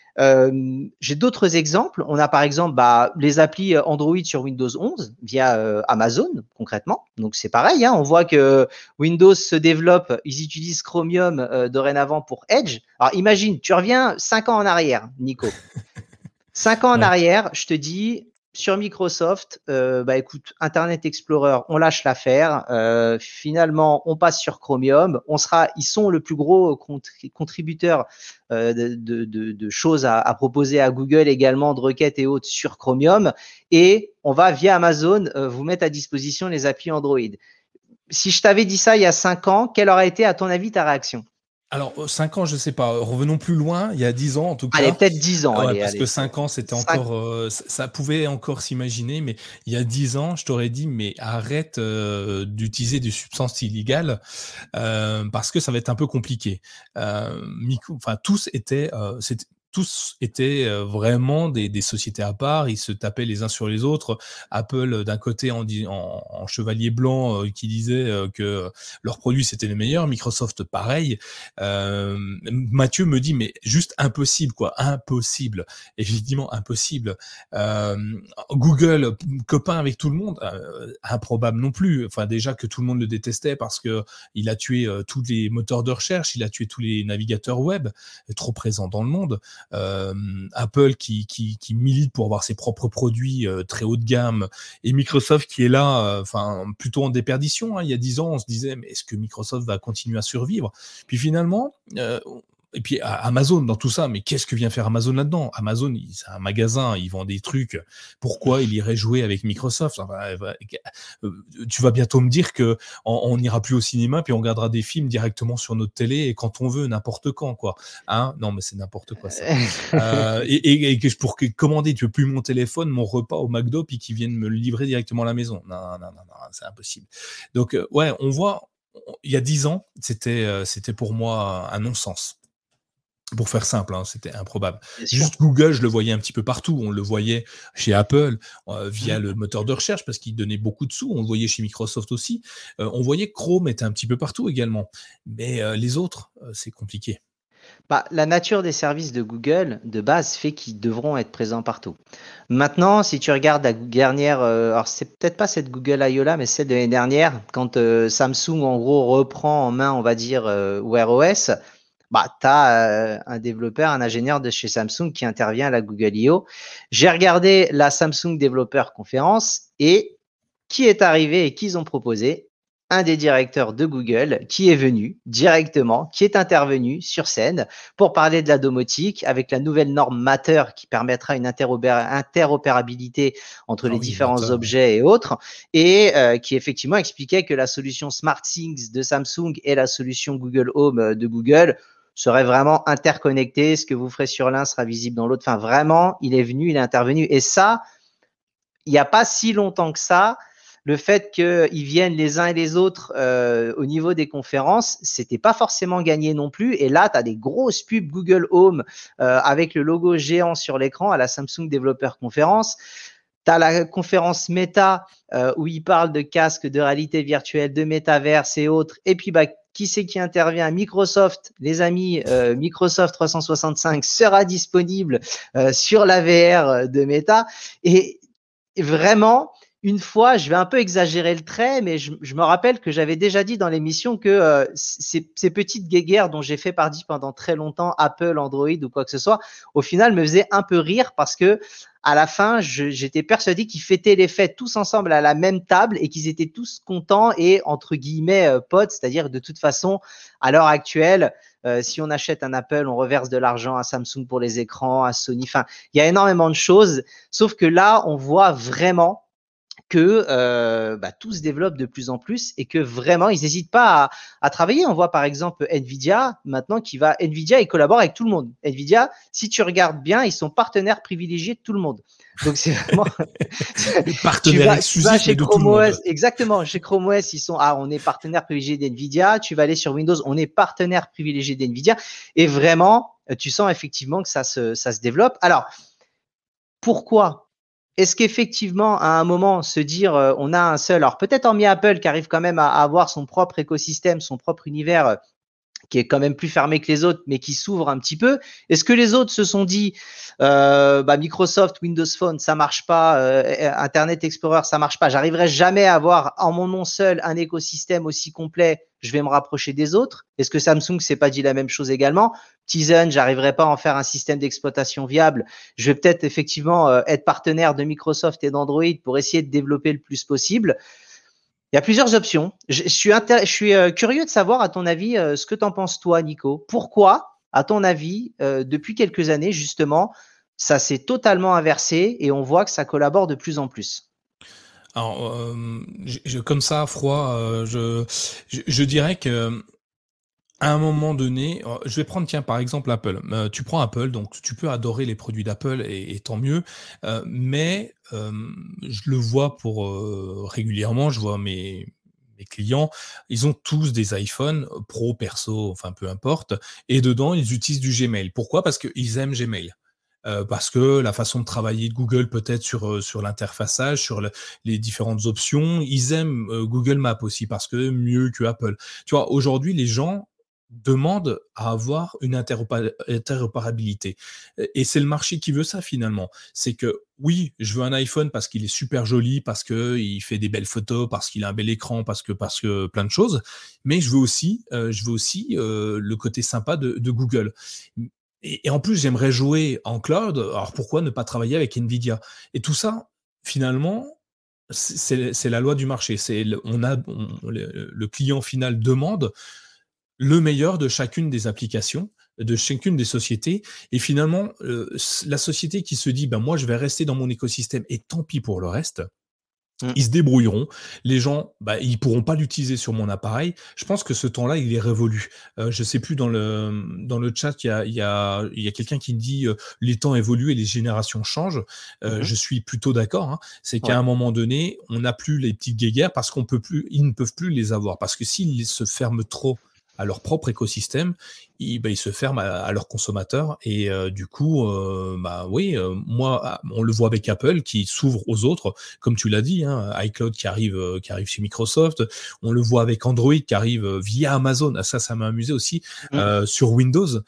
J'ai d'autres exemples. On a par exemple les applis Android sur Windows 11 via Amazon concrètement. Donc c'est pareil, hein, on voit que Windows se développe, ils utilisent Chromium dorénavant pour Edge. Alors imagine, tu reviens 5 ans en arrière, Nico. 5 ans en Ouais. arrière, je te dis, sur Microsoft, écoute, Internet Explorer, on lâche l'affaire. Finalement, on passe sur Chromium. Ils sont le plus gros contributeur de choses à proposer à Google également, de requêtes et autres sur Chromium. Et on va via Amazon vous mettre à disposition les applis Android. Si je t'avais dit ça il y a 5 ans, quelle aurait été, à ton avis, ta réaction? Alors, 5 ans, je sais pas. Revenons plus loin, il y a 10 ans en tout Allez, cas. peut-être 10 ans, Ah ouais, allez, parce que allez. 5 ans, c'était 5. encore, ça pouvait encore s'imaginer, mais il y a 10 ans, je t'aurais dit: «Mais arrête, d'utiliser des substances illégales, parce que ça va être un peu compliqué». Tous étaient, vraiment des sociétés à part. Ils se tapaient les uns sur les autres. Apple, d'un côté, en chevalier blanc, qui disait, que leurs produits, c'était les meilleurs. Microsoft, pareil. Mathieu me dit: «Mais juste impossible, quoi, impossible». Effectivement, impossible. Google, copain avec tout le monde, improbable non plus. Enfin, déjà que tout le monde le détestait parce que il a tué tous les moteurs de recherche, il a tué tous les navigateurs web, trop présent dans le monde. Apple qui milite pour avoir ses propres produits très haut de gamme, et Microsoft qui est là, plutôt en déperdition. Hein. Il y a 10 ans, on se disait: mais est-ce que Microsoft va continuer à survivre? Puis finalement, et puis Amazon dans tout ça, mais qu'est-ce que vient faire Amazon là-dedans? Amazon, c'est un magasin, ils vendent des trucs. Pourquoi il irait jouer avec Microsoft? Tu vas bientôt me dire que on n'ira plus au cinéma, puis on regardera des films directement sur notre télé et quand on veut, n'importe quand, quoi. Hein? Non, mais c'est n'importe quoi ça. Et que pour commander, tu veux plus mon téléphone, mon repas au McDo, puis qu'ils viennent me le livrer directement à la maison. Non, non, non, non, c'est impossible. Donc ouais, on voit. Il y a 10 ans, c'était pour moi un non-sens. Pour faire simple, hein, c'était improbable. Bien sûr. Juste Google, je le voyais un petit peu partout. On le voyait chez Apple via Mmh. le moteur de recherche parce qu'il donnait beaucoup de sous. On le voyait chez Microsoft aussi. On voyait Chrome était un petit peu partout également. Mais les autres, c'est compliqué. Bah, la nature des services de Google, de base, fait qu'ils devront être présents partout. Maintenant, si tu regardes la dernière, alors c'est peut-être pas cette Google I.O. là, mais celle de l'année dernière, quand Samsung en gros reprend en main, on va dire, Wear OS, bah, tu as un développeur, un ingénieur de chez Samsung qui intervient à la Google I.O. J'ai regardé la Samsung Developer Conference et qui est arrivé et qu'ils ont proposé? Un des directeurs de Google qui est venu directement, qui est intervenu sur scène pour parler de la domotique avec la nouvelle norme Matter qui permettra une interopérabilité entre Ah les oui, différents Matter, ouais. objets et autres, et qui effectivement expliquait que la solution SmartThings de Samsung et la solution Google Home de Google seraient vraiment interconnectées. Ce que vous ferez sur l'un sera visible dans l'autre. Enfin, vraiment, il est venu, il est intervenu. Et ça, il n'y a pas si longtemps que ça, le fait qu'ils viennent les uns et les autres au niveau des conférences, c'était pas forcément gagné non plus. Et là, tu as des grosses pubs Google Home avec le logo géant sur l'écran à la Samsung Developer Conference. Tu as la conférence Meta où ils parlent de casques de réalité virtuelle, de métaverse et autres. Et puis, bah, qui c'est qui intervient? Microsoft, les amis, Microsoft 365 sera disponible sur la VR de Meta. Et vraiment, une fois, je vais un peu exagérer le trait, mais je me rappelle que j'avais déjà dit dans l'émission que ces petites guéguerres dont j'ai fait partie pendant très longtemps, Apple, Android ou quoi que ce soit, au final me faisaient un peu rire parce que à la fin, j'étais persuadé qu'ils fêtaient les fêtes tous ensemble à la même table et qu'ils étaient tous contents et entre guillemets potes, c'est-à-dire de toute façon, à l'heure actuelle, si on achète un Apple, on reverse de l'argent à Samsung pour les écrans, à Sony. Enfin, il y a énormément de choses. Sauf que là, on voit vraiment que bah, tout se développe de plus en plus et que vraiment, ils n'hésitent pas à travailler. On voit par exemple Nvidia maintenant Nvidia, ils collaborent avec tout le monde. Nvidia, si tu regardes bien, ils sont partenaires privilégiés de tout le monde. Donc c'est vraiment, Partenaire tu vas exclusif, mais chez de tout le Chrome OS, monde. exactement, chez Chrome OS, on est partenaire privilégié d'Nvidia. Tu vas aller sur Windows, on est partenaire privilégié d'Nvidia. Et vraiment, tu sens effectivement que ça se développe. Alors, pourquoi? Est-ce qu'effectivement, à un moment, se dire on a un seul, alors peut-être hormis Apple qui arrive quand même à avoir son propre écosystème, son propre univers qui est quand même plus fermé que les autres, mais qui s'ouvre un petit peu. Est-ce que les autres se sont dit, bah, Microsoft, Windows Phone, ça marche pas, Internet Explorer, ça marche pas, j'arriverai jamais à avoir en mon nom seul un écosystème aussi complet, je vais me rapprocher des autres. Est-ce que Samsung s'est pas dit la même chose également? Tizen, j'arriverai pas à en faire un système d'exploitation viable. Je vais peut-être effectivement être partenaire de Microsoft et d'Android pour essayer de développer le plus possible. Il y a plusieurs options. Je suis curieux de savoir, à ton avis, ce que tu en penses, toi, Nico. Pourquoi, à ton avis, depuis quelques années, justement, ça s'est totalement inversé et on voit que ça collabore de plus en plus? Alors, comme ça, froid, je dirais que À un moment donné, je vais prendre, tiens, par exemple, Apple. Tu prends Apple, donc tu peux adorer les produits d'Apple et tant mieux, mais je le vois régulièrement, je vois mes clients, ils ont tous des iPhone pro, perso, enfin peu importe, et dedans, ils utilisent du Gmail. Pourquoi? Parce qu'ils aiment Gmail. Parce que la façon de travailler de Google peut-être sur l'interfaçage, les différentes options. Ils aiment Google Maps aussi parce que mieux que Apple. Tu vois, aujourd'hui, les gens demandent à avoir une interopérabilité. Et c'est le marché qui veut ça finalement. C'est que oui, je veux un iPhone parce qu'il est super joli, parce qu'il fait des belles photos, parce qu'il a un bel écran, parce que plein de choses. Mais je veux aussi le côté sympa de Google. Et en plus, j'aimerais jouer en cloud. Alors pourquoi ne pas travailler avec Nvidia? Et tout ça, finalement, c'est la loi du marché. Le client final demande le meilleur de chacune des applications, de chacune des sociétés. Et finalement, la société qui se dit, ben moi, je vais rester dans mon écosystème et tant pis pour le reste, Mm. ils se débrouilleront. Les gens, bah, ils pourront pas l'utiliser sur mon appareil. Je pense que ce temps-là, il est révolu. Je sais plus dans le chat, il y a quelqu'un qui dit les temps évoluent et les générations changent. Mhm. Je suis plutôt d'accord. Hein. C'est qu'à Ouais. un moment donné, on n'a plus les petites guéguerres parce qu'on peut plus, ils ne peuvent plus les avoir parce que s'ils se ferment trop à leur propre écosystème, ils se ferment à leurs consommateurs et du coup, bah oui, moi, on le voit avec Apple qui s'ouvre aux autres comme tu l'as dit, hein, iCloud qui arrive chez Microsoft. On le voit avec Android qui arrive via Amazon. Ah, ça m'a amusé aussi Mm. sur Windows.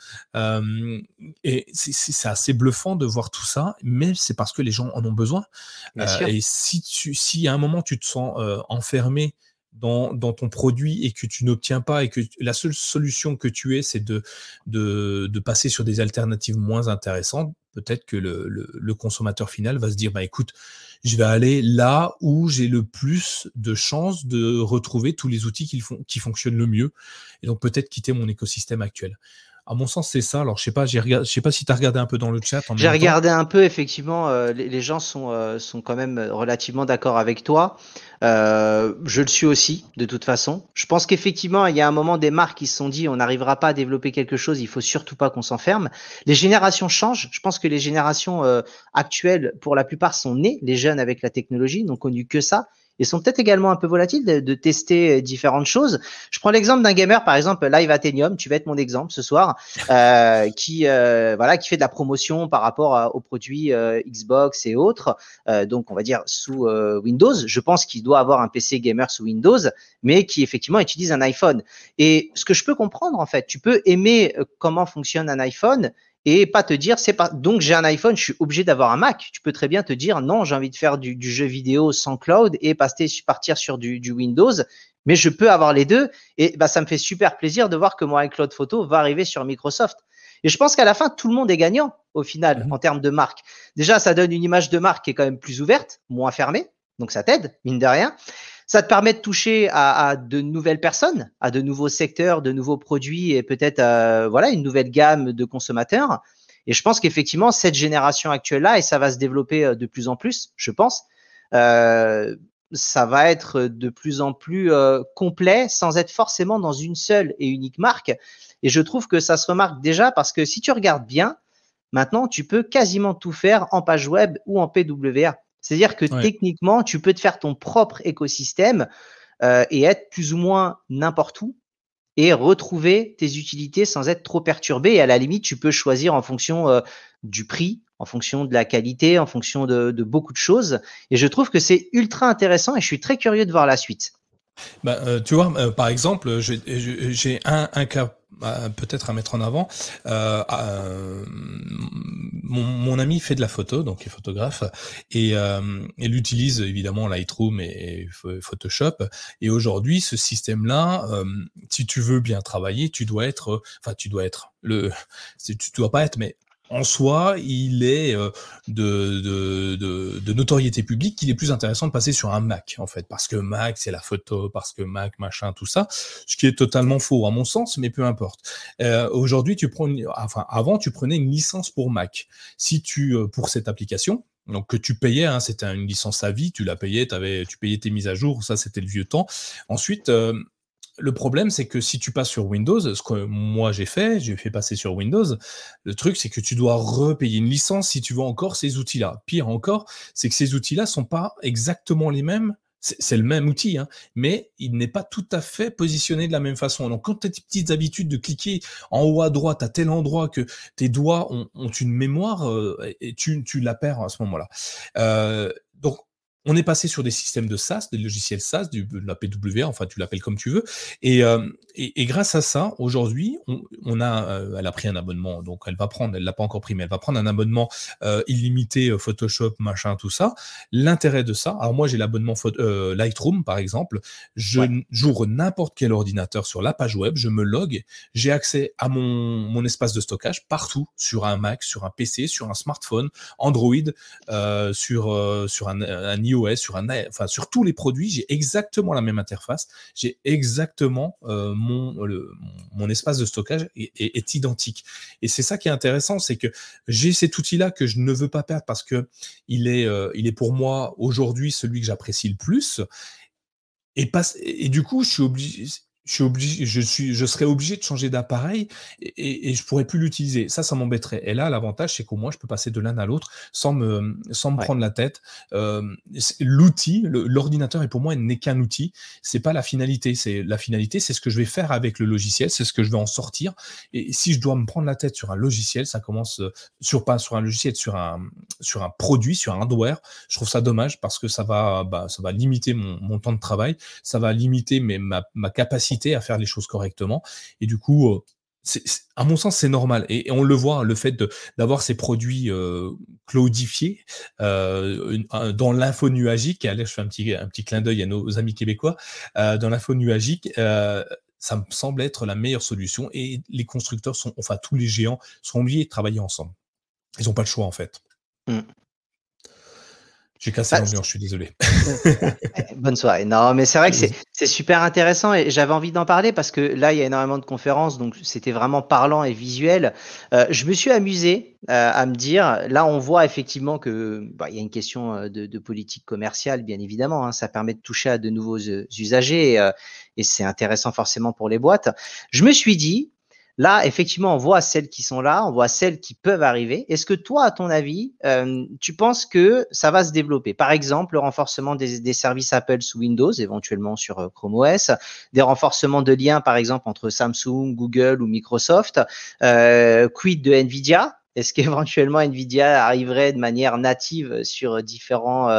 Et c'est assez bluffant de voir tout ça, mais c'est parce que les gens en ont besoin. Bien sûr. Et si à un moment tu te sens enfermé dans ton produit et que tu n'obtiens pas et que la seule solution que tu aies, c'est de passer sur des alternatives moins intéressantes, peut-être que le consommateur final va se dire, bah écoute, je vais aller là où j'ai le plus de chances de retrouver tous les outils qui fonctionnent le mieux. Et donc peut-être quitter mon écosystème actuel. À mon sens, c'est ça. Alors, je sais pas si tu as regardé un peu dans le chat en J'ai même temps. regardé un peu, effectivement, les gens sont quand même relativement d'accord avec toi. Je le suis aussi, de toute façon. Je pense qu'effectivement, il y a un moment des marques qui se sont dit, on n'arrivera pas à développer quelque chose, il faut surtout pas qu'on s'enferme. Les générations changent. Je pense que les générations actuelles, pour la plupart, sont nées, les jeunes avec la technologie, n'ont connu que ça. Et sont peut-être également un peu volatiles de tester différentes choses. Je prends l'exemple d'un gamer, par exemple, Live Athenium, tu vas être mon exemple ce soir, qui fait de la promotion par rapport aux produits Xbox et autres. Donc, on va dire sous Windows. Je pense qu'il doit avoir un PC gamer sous Windows, mais qui effectivement utilise un iPhone. Et ce que je peux comprendre, en fait, tu peux aimer comment fonctionne un iPhone et pas te dire c'est pas donc j'ai un iPhone, je suis obligé d'avoir un Mac. Tu peux très bien te dire non, j'ai envie de faire du jeu vidéo sans cloud et partir sur du Windows, mais je peux avoir les deux et bah ça me fait super plaisir de voir que mon iCloud Photo va arriver sur Microsoft. Et je pense qu'à la fin tout le monde est gagnant au final Mhm. en termes de marque. Déjà ça donne une image de marque qui est quand même plus ouverte, moins fermée, donc ça t'aide mine de rien. Ça te permet de toucher à de nouvelles personnes, à de nouveaux secteurs, de nouveaux produits et peut-être voilà une nouvelle gamme de consommateurs. Et je pense qu'effectivement cette génération actuelle-là, et ça va se développer de plus en plus, je pense, euh, ça va être de plus en plus complet sans être forcément dans une seule et unique marque. Et je trouve que ça se remarque déjà parce que si tu regardes bien, maintenant tu peux quasiment tout faire en page web ou en PWA. C'est-à-dire que Ouais. techniquement, tu peux te faire ton propre écosystème et être plus ou moins n'importe où et retrouver tes utilités sans être trop perturbé. Et à la limite, tu peux choisir en fonction du prix, en fonction de la qualité, en fonction de beaucoup de choses. Et je trouve que c'est ultra intéressant et je suis très curieux de voir la suite. Bah, tu vois, par exemple, j'ai un cas peut-être à mettre en avant. Mon ami fait de la photo, donc il est photographe, et il utilise évidemment Lightroom et Photoshop. Et aujourd'hui, ce système-là, si tu veux bien travailler, tu dois être tu dois pas être, mais en soi, il est de notoriété publique qu'il est plus intéressant de passer sur un Mac, en fait, parce que Mac, c'est la photo, parce que Mac, machin, tout ça, ce qui est totalement faux à mon sens, mais peu importe. Aujourd'hui, avant, tu prenais une licence pour Mac. Si tu, pour cette application, donc que tu payais, hein, c'était une licence à vie, tu la payais, tu payais tes mises à jour, ça c'était le vieux temps. Ensuite, le problème, c'est que si tu passes sur Windows, ce que moi j'ai fait passer sur Windows, le truc, c'est que tu dois repayer une licence si tu veux encore ces outils-là. Pire encore, c'est que ces outils-là sont pas exactement les mêmes. C'est le même outil, hein, mais il n'est pas tout à fait positionné de la même façon. Donc, quand tu as tes petites habitudes de cliquer en haut à droite à tel endroit que tes doigts ont une mémoire, et tu la perds à ce moment-là. Donc, on est passé sur des systèmes de SaaS, des logiciels SaaS, de la PWA, enfin tu l'appelles comme tu veux, et grâce à ça, aujourd'hui, elle a pris un abonnement, donc elle l'a pas encore pris, mais elle va prendre un abonnement illimité, Photoshop, machin, tout ça. L'intérêt de ça, alors moi j'ai l'abonnement Lightroom par exemple, j'ouvre n'importe quel ordinateur sur la page web, je me log, j'ai accès à mon espace de stockage partout, sur un Mac, sur un PC, sur un smartphone, Android, sur un iOS, sur tous les produits, j'ai exactement la même interface, j'ai exactement mon espace de stockage est identique. Et c'est ça qui est intéressant, c'est que j'ai cet outil-là que je ne veux pas perdre parce que il est pour moi aujourd'hui celui que j'apprécie le plus. Et du coup, je serais obligé de changer d'appareil et je pourrais plus l'utiliser. Ça m'embêterait. Et là, l'avantage, c'est qu'au moins, je peux passer de l'un à l'autre sans me prendre la tête. L'outil, l'ordinateur, pour moi, n'est qu'un outil. C'est pas la finalité. La finalité, c'est ce que je vais faire avec le logiciel, c'est ce que je vais en sortir. Et si je dois me prendre la tête sur un logiciel, ça commence pas sur un logiciel, sur un produit, sur un hardware. Je trouve ça dommage parce que ça va limiter mon temps de travail, ça va limiter ma capacité à faire les choses correctement. Et du coup, à mon sens, c'est normal. Et on le voit, le fait d'avoir ces produits cloudifiés dans l'info nuagique. Allez, je fais un petit clin d'œil à nos amis québécois. Dans l'info nuagique, ça me semble être la meilleure solution. Et les constructeurs tous les géants sont obligés de travailler ensemble. Ils n'ont pas le choix, en fait. J'ai cassé l'ambiance, je suis désolé. Bonne soirée. Non, mais c'est vrai que c'est super intéressant et j'avais envie d'en parler parce que là, il y a énormément de conférences, donc c'était vraiment parlant et visuel. Je me suis amusé à me dire, là, on voit effectivement que il y a une question de politique commerciale, bien évidemment. Hein, ça permet de toucher à de nouveaux usagers et c'est intéressant forcément pour les boîtes. Je me suis dit, là, effectivement, on voit celles qui sont là, on voit celles qui peuvent arriver. Est-ce que toi, à ton avis, tu penses que ça va se développer? Par exemple, le renforcement des services Apple sous Windows, éventuellement sur Chrome OS, des renforcements de liens, par exemple, entre Samsung, Google ou Microsoft. Quid de Nvidia? Est-ce qu'éventuellement Nvidia arriverait de manière native sur différents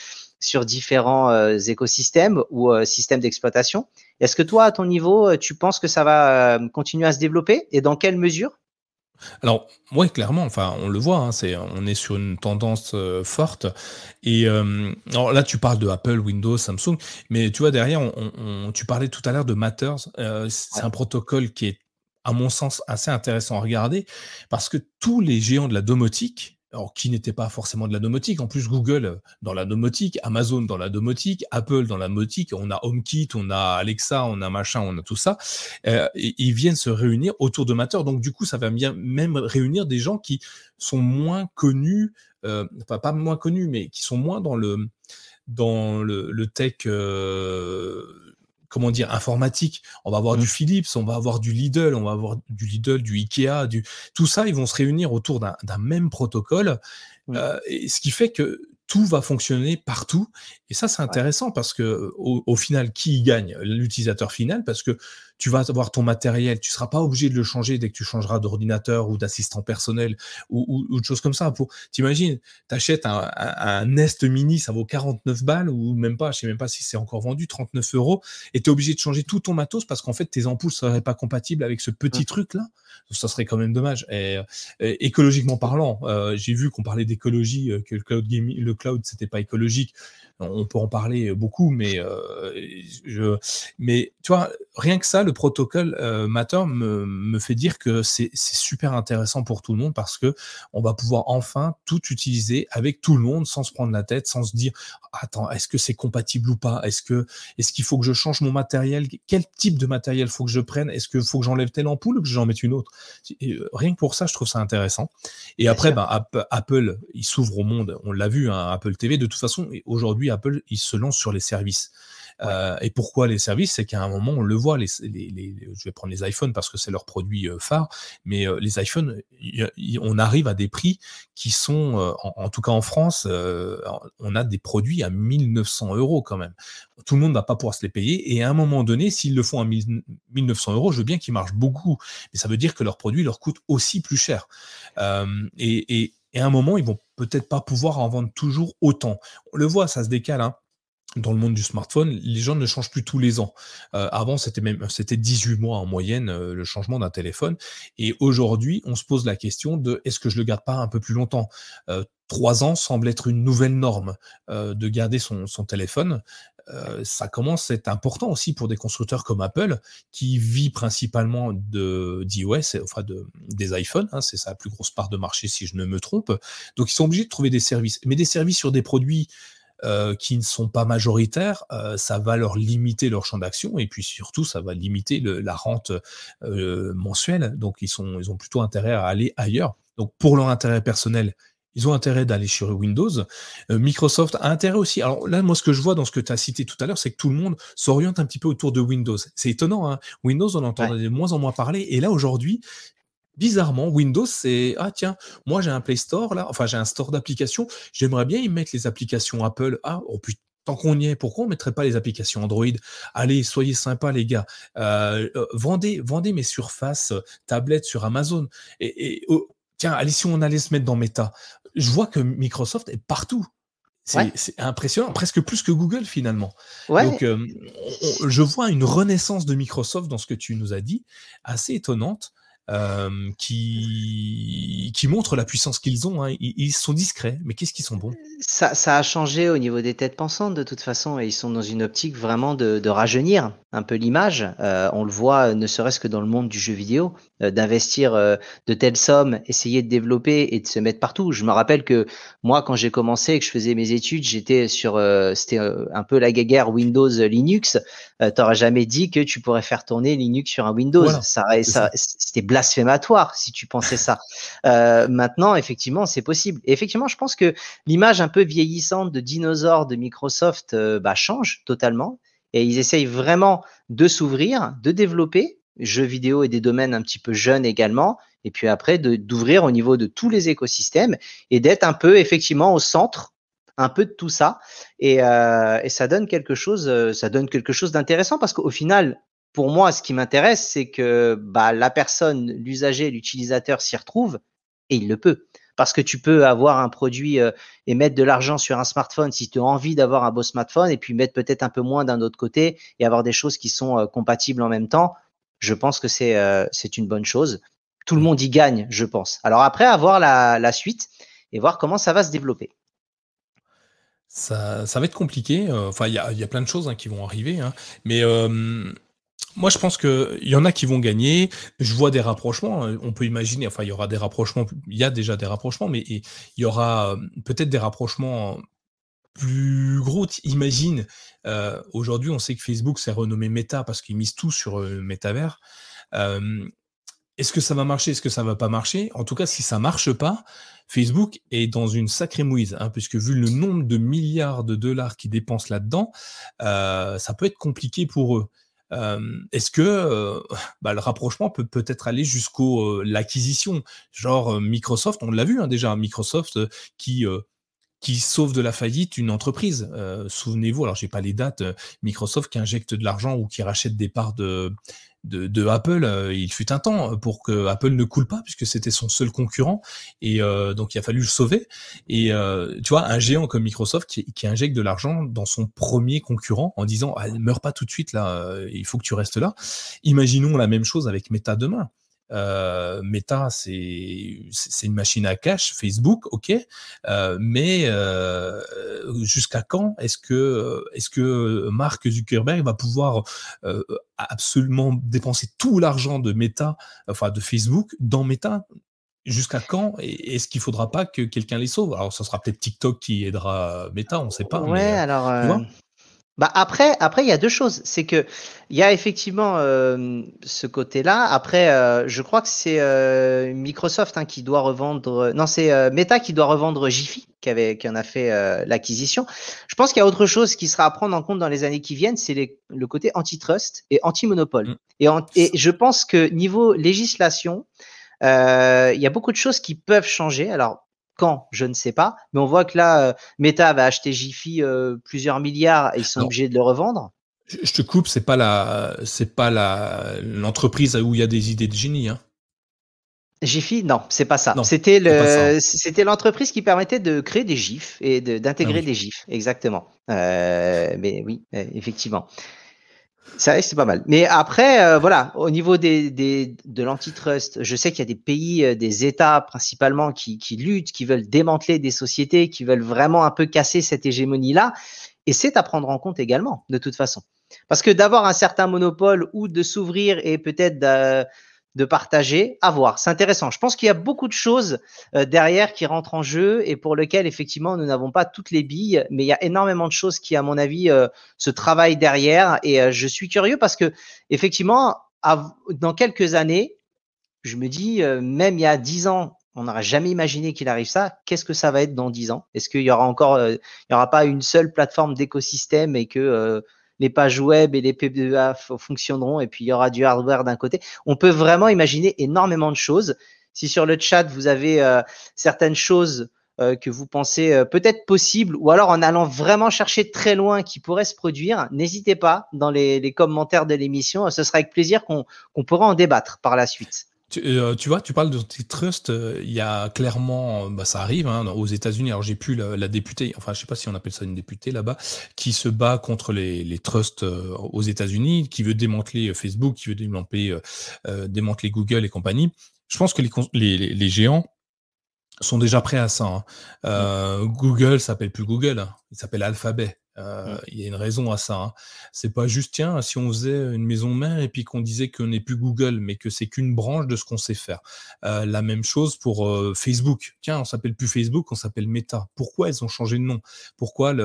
écosystèmes ou systèmes d'exploitation? Est-ce que toi, à ton niveau, tu penses que ça va continuer à se développer et dans quelle mesure? Alors, ouais, clairement, enfin, on le voit, hein, on est sur une tendance forte. Et alors là, tu parles de Apple, Windows, Samsung, mais tu vois, derrière, tu parlais tout à l'heure de Matters. C'est un protocole qui est, à mon sens, assez intéressant à regarder parce que tous les géants de la domotique, alors qui n'étaient pas forcément de la domotique, en plus Google dans la domotique, Amazon dans la domotique, Apple dans la domotique, on a HomeKit, on a Alexa, on a machin, on a tout ça, et ils viennent se réunir autour de Matter. Donc du coup, ça va bien même réunir des gens qui sont moins connus, enfin pas moins connus, mais qui sont moins dans le tech, comment dire, informatique. On va avoir du Philips, on va avoir du Lidl, du Ikea, tout ça, ils vont se réunir autour d'un même protocole, et ce qui fait que tout va fonctionner partout. Et ça, c'est intéressant parce que au final, qui gagne? L'utilisateur final, parce que tu vas avoir ton matériel, tu seras pas obligé de le changer dès que tu changeras d'ordinateur ou d'assistant personnel ou de choses comme ça. T'imagines, t'achètes un Nest Mini, ça vaut 49 balles ou même pas, je sais même pas si c'est encore vendu, 39 €, et tu es obligé de changer tout ton matos parce qu'en fait, tes ampoules seraient pas compatibles avec ce petit truc-là. Ça serait quand même dommage. Et écologiquement parlant, j'ai vu qu'on parlait d'écologie, que le cloud, c'était pas écologique. On peut en parler beaucoup, mais tu vois, rien que ça, le protocole Matter me fait dire que c'est super intéressant pour tout le monde parce que on va pouvoir enfin tout utiliser avec tout le monde sans se prendre la tête, sans se dire attends, est-ce que c'est compatible ou pas? Est-ce qu'il faut que je change mon matériel? Quel type de matériel faut que je prenne? Est-ce qu'il faut que j'enlève telle ampoule ou que j'en mette une autre? Et rien que pour ça, je trouve ça intéressant. Et après, Apple, il s'ouvre au monde. On l'a vu, hein, Apple TV. De toute façon, aujourd'hui, Apple, il se lance sur les services. Ouais. Et pourquoi les services? C'est qu'à un moment, on le voit, je vais prendre les iPhones parce que c'est leur produit phare, mais les iPhones, on arrive à des prix qui sont, en tout cas en France, on a des produits à 1900 euros quand même. Tout le monde va pas pouvoir se les payer. Et à un moment donné, s'ils le font à 1900 euros, je veux bien qu'ils marchent beaucoup, mais ça veut dire que leurs produits leur coûtent aussi plus cher. Et à un moment, ils vont peut-être pas pouvoir en vendre toujours autant. On le voit, ça se décale, hein. Dans le monde du smartphone, les gens ne changent plus tous les ans. Avant, c'était 18 mois en moyenne, le changement d'un téléphone. Et aujourd'hui, on se pose la question de est-ce que je le garde pas un peu plus longtemps? 3 ans semble être une nouvelle norme de garder son téléphone. Ça commence à être important aussi pour des constructeurs comme Apple, qui vit principalement d'iOS, enfin des iPhones, hein, c'est sa plus grosse part de marché si je ne me trompe. Donc ils sont obligés de trouver des services, mais des services sur des produits qui ne sont pas majoritaires, ça va leur limiter leur champ d'action et puis surtout ça va limiter la rente mensuelle. Donc ils ont plutôt intérêt à aller ailleurs. Donc pour leur intérêt personnel, ils ont intérêt d'aller sur Windows. Microsoft a intérêt aussi. Alors là, moi, ce que je vois dans ce que tu as cité tout à l'heure, c'est que tout le monde s'oriente un petit peu autour de Windows. C'est étonnant, hein. Windows, on Ouais. entendait de moins en moins parler. Et là, aujourd'hui, bizarrement, Windows, c'est ah tiens, moi j'ai un Play Store là, enfin j'ai un store d'applications, j'aimerais bien y mettre les applications Apple. Ah, oh putain, tant qu'on y est, pourquoi on mettrait pas les applications Android? Allez, soyez sympas les gars. Vendez mes surfaces tablettes sur Amazon. Oh, tiens, allez, si on allait se mettre dans Meta, je vois que Microsoft est partout. Ouais. C'est impressionnant, presque plus que Google finalement. Donc, Ouais. je vois une renaissance de Microsoft dans ce que tu nous as dit, assez étonnante, qui montre la puissance qu'ils ont, hein. Ils sont discrets, mais qu'est-ce qu'ils sont bons. Ça a changé au niveau des têtes pensantes de toute façon et ils sont dans une optique vraiment de rajeunir un peu l'image. On le voit ne serait-ce que dans le monde du jeu vidéo, d'investir de telles sommes, essayer de développer et de se mettre partout. Je me rappelle que moi, quand j'ai commencé et que je faisais mes études, j'étais sur, c'était un peu la guéguerre Windows Linux. T'aurais jamais dit que tu pourrais faire tourner Linux sur un Windows. Voilà, c'est ça. C'était blasphématoire si tu pensais ça. Maintenant, effectivement, c'est possible. Et effectivement, je pense que l'image un peu vieillissante de dinosaure de Microsoft change totalement et ils essayent vraiment de s'ouvrir, de développer jeux vidéo et des domaines un petit peu jeunes également et puis après d'ouvrir au niveau de tous les écosystèmes et d'être un peu effectivement au centre un peu de tout ça et ça donne quelque chose d'intéressant parce qu'au final pour moi ce qui m'intéresse c'est que la personne l'usager l'utilisateur s'y retrouve et il le peut parce que tu peux avoir un produit et mettre de l'argent sur un smartphone si tu as envie d'avoir un beau smartphone et puis mettre peut-être un peu moins d'un autre côté et avoir des choses qui sont compatibles en même temps. Je pense que c'est une bonne chose. Tout le Mmh. monde y gagne, je pense. Alors après, avoir la suite et voir comment ça va se développer. Ça va être compliqué, enfin il y a plein de choses, hein, qui vont arriver, hein, mais moi je pense qu'il y en a qui vont gagner. Je vois des rapprochements, on peut imaginer, enfin il y aura des rapprochements, il y a déjà des rapprochements, mais il y aura, peut-être des rapprochements plus gros. Imagine, aujourd'hui on sait que Facebook s'est renommé Meta parce qu'ils misent tout sur, le métavers. Hem Est-ce que ça va marcher? Est-ce que ça va pas marcher? En tout cas, si ça marche pas, Facebook est dans une sacrée mouise, hein, puisque vu le nombre de milliards de dollars qu'ils dépensent là-dedans, ça peut être compliqué pour eux. Est-ce que, le rapprochement peut-être aller jusqu'au, l'acquisition? Genre, Microsoft, on l'a vu, hein, déjà, Microsoft, qui sauve de la faillite une entreprise. Souvenez-vous, alors j'ai pas les dates, Microsoft qui injecte de l'argent ou qui rachète des parts de Apple, il fut un temps pour que Apple ne coule pas puisque c'était son seul concurrent et donc il a fallu le sauver et tu vois un géant comme Microsoft qui injecte de l'argent dans son premier concurrent en disant ah, meurs pas tout de suite là, il faut que tu restes là. Imaginons la même chose avec Meta demain. Meta, c'est une machine à cash, Facebook, ok, mais jusqu'à quand est-ce que Mark Zuckerberg va pouvoir absolument dépenser tout l'argent de Meta, enfin de Facebook, dans Meta? Jusqu'à quand? Et est-ce qu'il faudra pas que quelqu'un les sauve? Alors, ça sera peut-être TikTok qui aidera Meta, on ne sait pas, Ouais, mais alors tu vois? après il y a deux choses. C'est que il y a effectivement ce côté-là. Après, je crois que c'est Microsoft qui doit revendre. Non, c'est Meta qui doit revendre Jiffy. qui en a fait l'acquisition. Je pense qu'il y a autre chose qui sera à prendre en compte dans les années qui viennent, c'est le côté antitrust et anti-monopole. Mm. Et je pense que niveau législation, il y a beaucoup de choses qui peuvent changer. Alors, quand, je ne sais pas, mais on voit que là, Meta va acheter Jiffy plusieurs milliards et ils sont Alors, obligés de le revendre. je te coupe, c'est pas l'entreprise où il y a des idées de génie, hein. Jiffy, non, c'est pas ça. Non, c'est pas ça, hein. C'était l'entreprise qui permettait de créer des GIFs et Ah d'intégrer oui. des GIFs, exactement. Mais oui, effectivement. Ça, c'est pas mal. Mais après, voilà, au niveau de l'antitrust, je sais qu'il y a des pays, des États principalement qui luttent, qui veulent démanteler des sociétés, qui veulent vraiment un peu casser cette hégémonie-là. Et c'est à prendre en compte également, de toute façon. Parce que d'avoir un certain monopole ou de s'ouvrir et peut-être de partager, à voir. C'est intéressant. Je pense qu'il y a beaucoup de choses derrière qui rentrent en jeu et pour lesquelles, effectivement, nous n'avons pas toutes les billes, mais il y a énormément de choses qui, à mon avis, se travaillent derrière. Et je suis curieux parce que, effectivement, dans quelques années, je me dis, même il y a 10 ans, on n'aurait jamais imaginé qu'il arrive ça. Qu'est-ce que ça va être dans 10 ans? Est-ce qu'il y aura encore, il y aura pas une seule plateforme d'écosystème et que les pages web et les PBA fonctionneront et puis il y aura du hardware d'un côté? On peut vraiment imaginer énormément de choses. Si sur le chat, vous avez certaines choses que vous pensez peut-être possibles ou alors en allant vraiment chercher très loin qui pourraient se produire, n'hésitez pas dans les commentaires de l'émission. Ce sera avec plaisir qu'on pourra en débattre par la suite. Tu vois, tu parles d'antitrust, il y a clairement, ça arrive hein, aux États-Unis. Alors j'ai plus la députée, enfin je sais pas si on appelle ça une députée là-bas, qui se bat contre les trusts aux États-Unis, qui veut démanteler Facebook, qui veut démanteler Google et compagnie. Je pense que les géants sont déjà prêts à ça, hein. Google s'appelle plus Google, hein, il s'appelle Alphabet. Il y a une raison à ça, hein. C'est pas juste, tiens, si on faisait une maison mère et puis qu'on disait qu'on n'est plus Google, mais que c'est qu'une branche de ce qu'on sait faire. La même chose pour Facebook. Tiens, on s'appelle plus Facebook, on s'appelle Meta. Pourquoi elles ont changé de nom? Pourquoi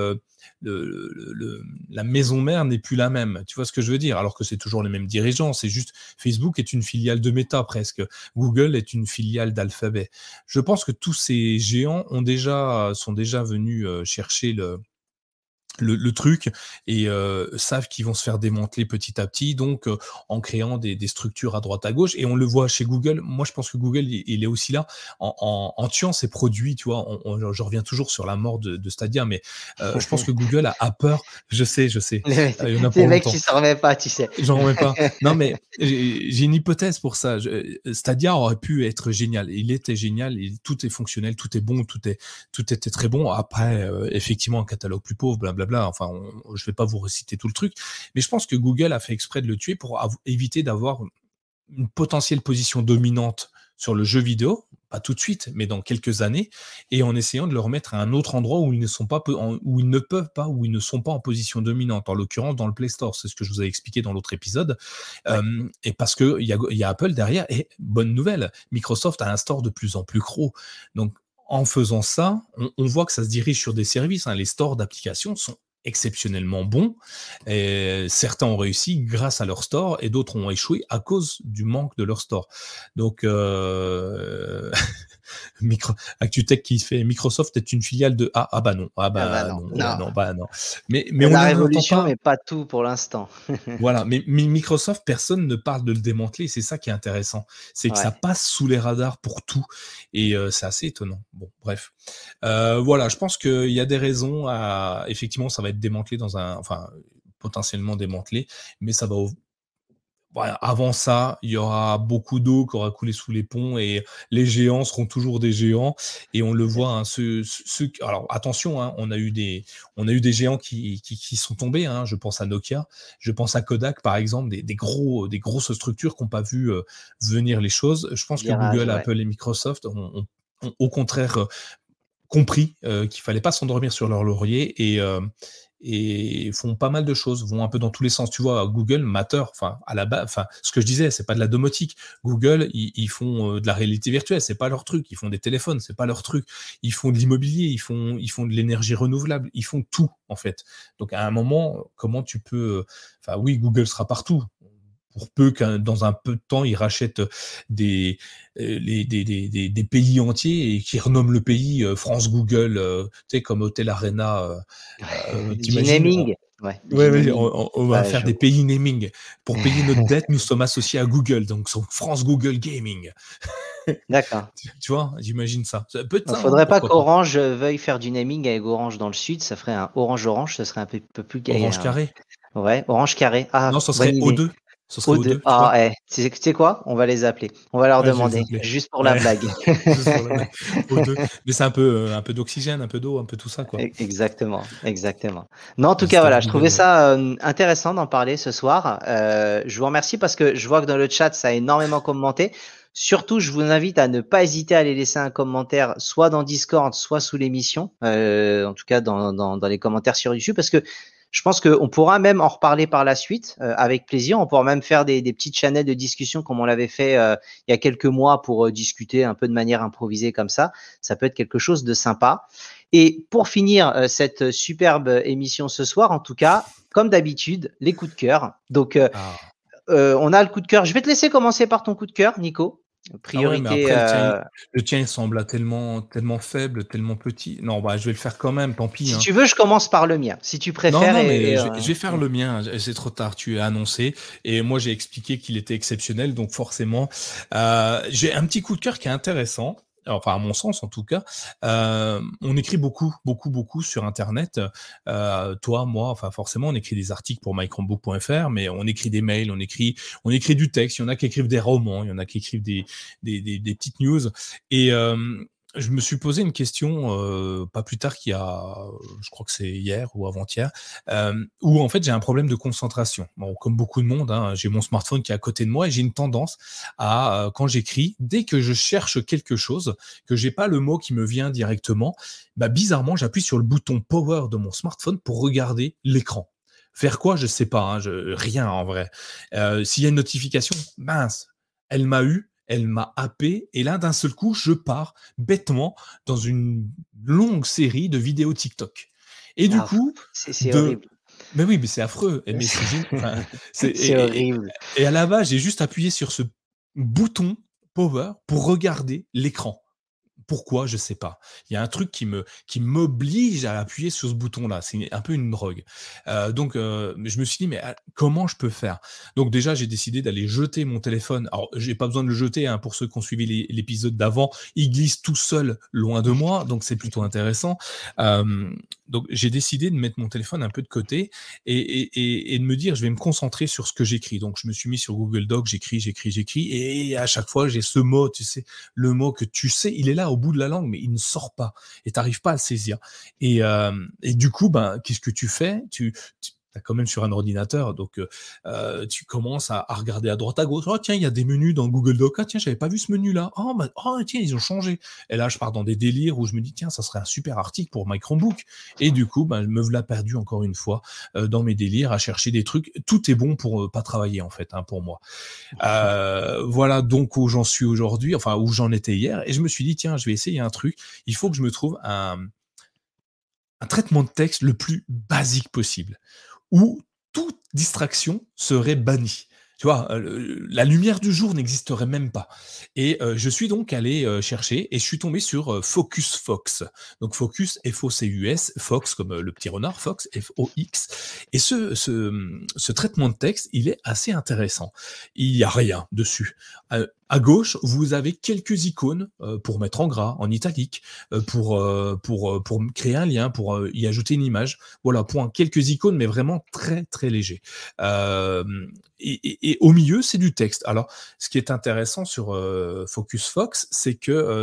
la maison mère n'est plus la même? Tu vois ce que je veux dire? Alors que c'est toujours les mêmes dirigeants. C'est juste Facebook est une filiale de Meta presque. Google est une filiale d'Alphabet. Je pense que tous ces géants sont déjà venus chercher le truc et savent qu'ils vont se faire démanteler petit à petit, donc en créant des structures à droite à gauche. Et on le voit chez Google. Moi, je pense que Google, il est aussi là en tuant ses produits. Tu vois, je reviens toujours sur la mort de Stadia, mais je pense que Google a peur. Je sais. Il y en a C'est pour le mec longtemps. qui s'en remet pas, tu sais. J'en remets pas. Non, mais j'ai une hypothèse pour ça. Stadia aurait pu être génial. Il était génial. Tout est fonctionnel, tout est bon, tout était très bon. Après, effectivement, un catalogue plus pauvre, blablabla. Enfin, je vais pas vous réciter tout le truc, mais je pense que Google a fait exprès de le tuer pour éviter d'avoir une potentielle position dominante sur le jeu vidéo, pas tout de suite, mais dans quelques années, et en essayant de le remettre à un autre endroit où ils ne peuvent pas, où ils ne sont pas en position dominante, en l'occurrence dans le Play Store. C'est ce que je vous avais expliqué dans l'autre épisode. Ouais. Et parce que il y a Apple derrière, et bonne nouvelle, Microsoft a un store de plus en plus gros. Donc, en faisant ça, on voit que ça se dirige sur des services, hein. Les stores d'applications sont exceptionnellement bons. Et certains ont réussi grâce à leur store et d'autres ont échoué à cause du manque de leur store. Donc, ActuTech qui fait Microsoft est une filiale de bah non, non, bah non. Mais on La n'entend révolution, pas. mais pas tout pour l'instant. Voilà, mais Microsoft, personne ne parle de le démanteler, c'est ça qui est intéressant. C'est que ça Ouais. passe sous les radars pour tout, et c'est assez étonnant. Bon, bref. Voilà, je pense qu'il y a des raisons à... Effectivement, ça va être démantelé enfin, potentiellement démantelé, mais ça va... Voilà, avant ça, il y aura beaucoup d'eau qui aura coulé sous les ponts et les géants seront toujours des géants. Et on le voit, hein, alors attention, hein, on a eu des géants qui sont tombés, hein. Je pense à Nokia, je pense à Kodak par exemple, des grosses structures qui n'ont pas vu venir les choses. Je pense que Virage, Google, ouais. Apple et Microsoft ont au contraire compris qu'il fallait pas s'endormir sur leur laurier et font pas mal de choses, vont un peu dans tous les sens. Tu vois, Google, Matter, enfin à la base, enfin ce que je disais, c'est pas de la domotique. Google, ils font de la réalité virtuelle, c'est pas leur truc. Ils font des téléphones, c'est pas leur truc. Ils font de l'immobilier, ils font de l'énergie renouvelable, ils font tout en fait. Donc à un moment, comment tu peux, enfin oui, Google sera partout. pour peu qu'un dans un peu de temps, ils rachètent des, des pays entiers et qu'ils renomment le pays France Google, tu sais, comme Hotel Arena. Du T'imagines, naming. Ouais, ouais, du ouais, naming. on va Ouais, faire je des vois. pays naming. Pour payer notre dette, nous sommes associés à Google, donc sur France Google Gaming. D'accord. Tu vois, j'imagine ça. Ça peut être Il ça, hein, faudrait pas pourquoi pas. qu'Orange veuille faire du naming avec Orange dans le sud. Ça ferait un Orange-Orange, ce serait un peu plus Orange gaillard. Carré. Ouais, Orange carré. Non, Ah, ce bonne serait idée. O2. Ce serait O2. O2, tu Ah, vois. tu sais quoi? On va les appeler. On va leur Ouais, je vais les demander, appeler. juste pour la Ouais, blague. juste pour la blague. O2. Mais c'est un peu d'oxygène, un peu d'eau, un peu tout ça, quoi. Exactement, exactement. Non, en tout cas, L'histoire voilà, je d'une trouvais rêverie. ça intéressant d'en parler ce soir. Je vous remercie parce que je vois que dans le chat, ça a énormément commenté. Surtout, je vous invite à ne pas hésiter à aller laisser un commentaire, soit dans Discord, soit sous l'émission, en tout cas dans les commentaires sur YouTube, parce que je pense qu'on pourra même en reparler par la suite, avec plaisir. On pourra même faire des petites channels de discussion comme on l'avait fait il y a quelques mois pour discuter un peu de manière improvisée comme ça. Ça peut être quelque chose de sympa. Et pour finir cette superbe émission ce soir, en tout cas, comme d'habitude, les coups de cœur. Donc, Ah. on a le coup de cœur. Je vais te laisser commencer par ton coup de cœur, Nico. Ah ouais, mais Priorité. après, le tien, il semble tellement, tellement faible, tellement petit. Non, bah, je vais le faire quand même, tant pis, Si hein. tu veux, je commence par le mien, si tu Non, préfères. non, mais je vais faire le mien. C'est trop tard. Tu as annoncé et moi j'ai expliqué qu'il était exceptionnel, donc forcément, j'ai un petit coup de cœur qui est intéressant. Enfin, à mon sens, en tout cas, on écrit beaucoup, beaucoup, beaucoup sur Internet. Toi, moi, enfin, forcément, on écrit des articles pour mychromebook.fr, mais on écrit des mails, on écrit du texte. Il y en a qui écrivent des romans, il y en a qui écrivent des petites news. Et je me suis posé une question pas plus tard qu'il y a, je crois que c'est hier ou avant-hier, où en fait j'ai un problème de concentration. Bon, comme beaucoup de monde, hein, j'ai mon smartphone qui est à côté de moi et j'ai une tendance à, quand j'écris, dès que je cherche quelque chose, que j'ai pas le mot qui me vient directement, bah bizarrement j'appuie sur le bouton power de mon smartphone pour regarder l'écran. Faire quoi, je sais pas, hein, rien en vrai. S'il y a une notification, mince, elle m'a eu, elle m'a happé, et là, d'un seul coup, je pars bêtement dans une longue série de vidéos TikTok. Et du Ah, coup, c'est de... horrible. Mais oui, mais c'est affreux, mais c'est enfin, c'est... C'est horrible. et à la base, j'ai juste appuyé sur ce bouton power pour regarder l'écran. Pourquoi? Je sais pas. Il y a un truc qui m'oblige à appuyer sur ce bouton-là. C'est un peu une drogue. Donc, je me suis dit: «Mais comment je peux faire?» Donc déjà, j'ai décidé d'aller jeter mon téléphone. Alors, j'ai pas besoin de le jeter, hein, pour ceux qui ont suivi l'épisode d'avant. Il glisse tout seul loin de moi, donc c'est plutôt intéressant. Donc j'ai décidé de mettre mon téléphone un peu de côté et de me dire: «Je vais me concentrer sur ce que j'écris». Donc je me suis mis sur Google Docs, j'écris, j'écris, j'écris et à chaque fois, j'ai ce mot, tu sais, le mot que tu sais, il est là au bout de la langue, mais il ne sort pas et tu n'arrives pas à le saisir. Et du coup, ben, qu'est-ce que tu fais? Tu as quand même sur un ordinateur, donc tu commences à regarder à droite à gauche. Oh tiens, il y a des menus dans Google Docs. Ah tiens, j'avais pas vu ce menu-là. Oh, bah, oh tiens, ils ont changé. Et là, je pars dans des délires où je me dis tiens, ça serait un super article pour My Chromebook. Et du coup, ben, je me voilà perdu encore une fois dans mes délires à chercher des trucs. Tout est bon pour pas travailler en fait, hein, pour moi. Voilà donc où j'en suis aujourd'hui, enfin où j'en étais hier, et je me suis dit tiens, je vais essayer un truc. Il faut que je me trouve un traitement de texte le plus basique possible, où toute distraction serait bannie. Tu vois, la lumière du jour n'existerait même pas. Et je suis donc allé chercher et je suis tombé sur Focus Fox. Donc Focus, F-O-C-U-S, Fox comme le petit renard, Fox, F-O-X. Et ce traitement de texte, il est assez intéressant. Il n'y a rien dessus. À gauche, vous avez quelques icônes pour mettre en gras, en italique, pour créer un lien, pour y ajouter une image. Voilà, point. Quelques icônes, mais vraiment très, très léger. Euh, et au milieu, c'est du texte. Alors, ce qui est intéressant sur Focus Fox, c'est que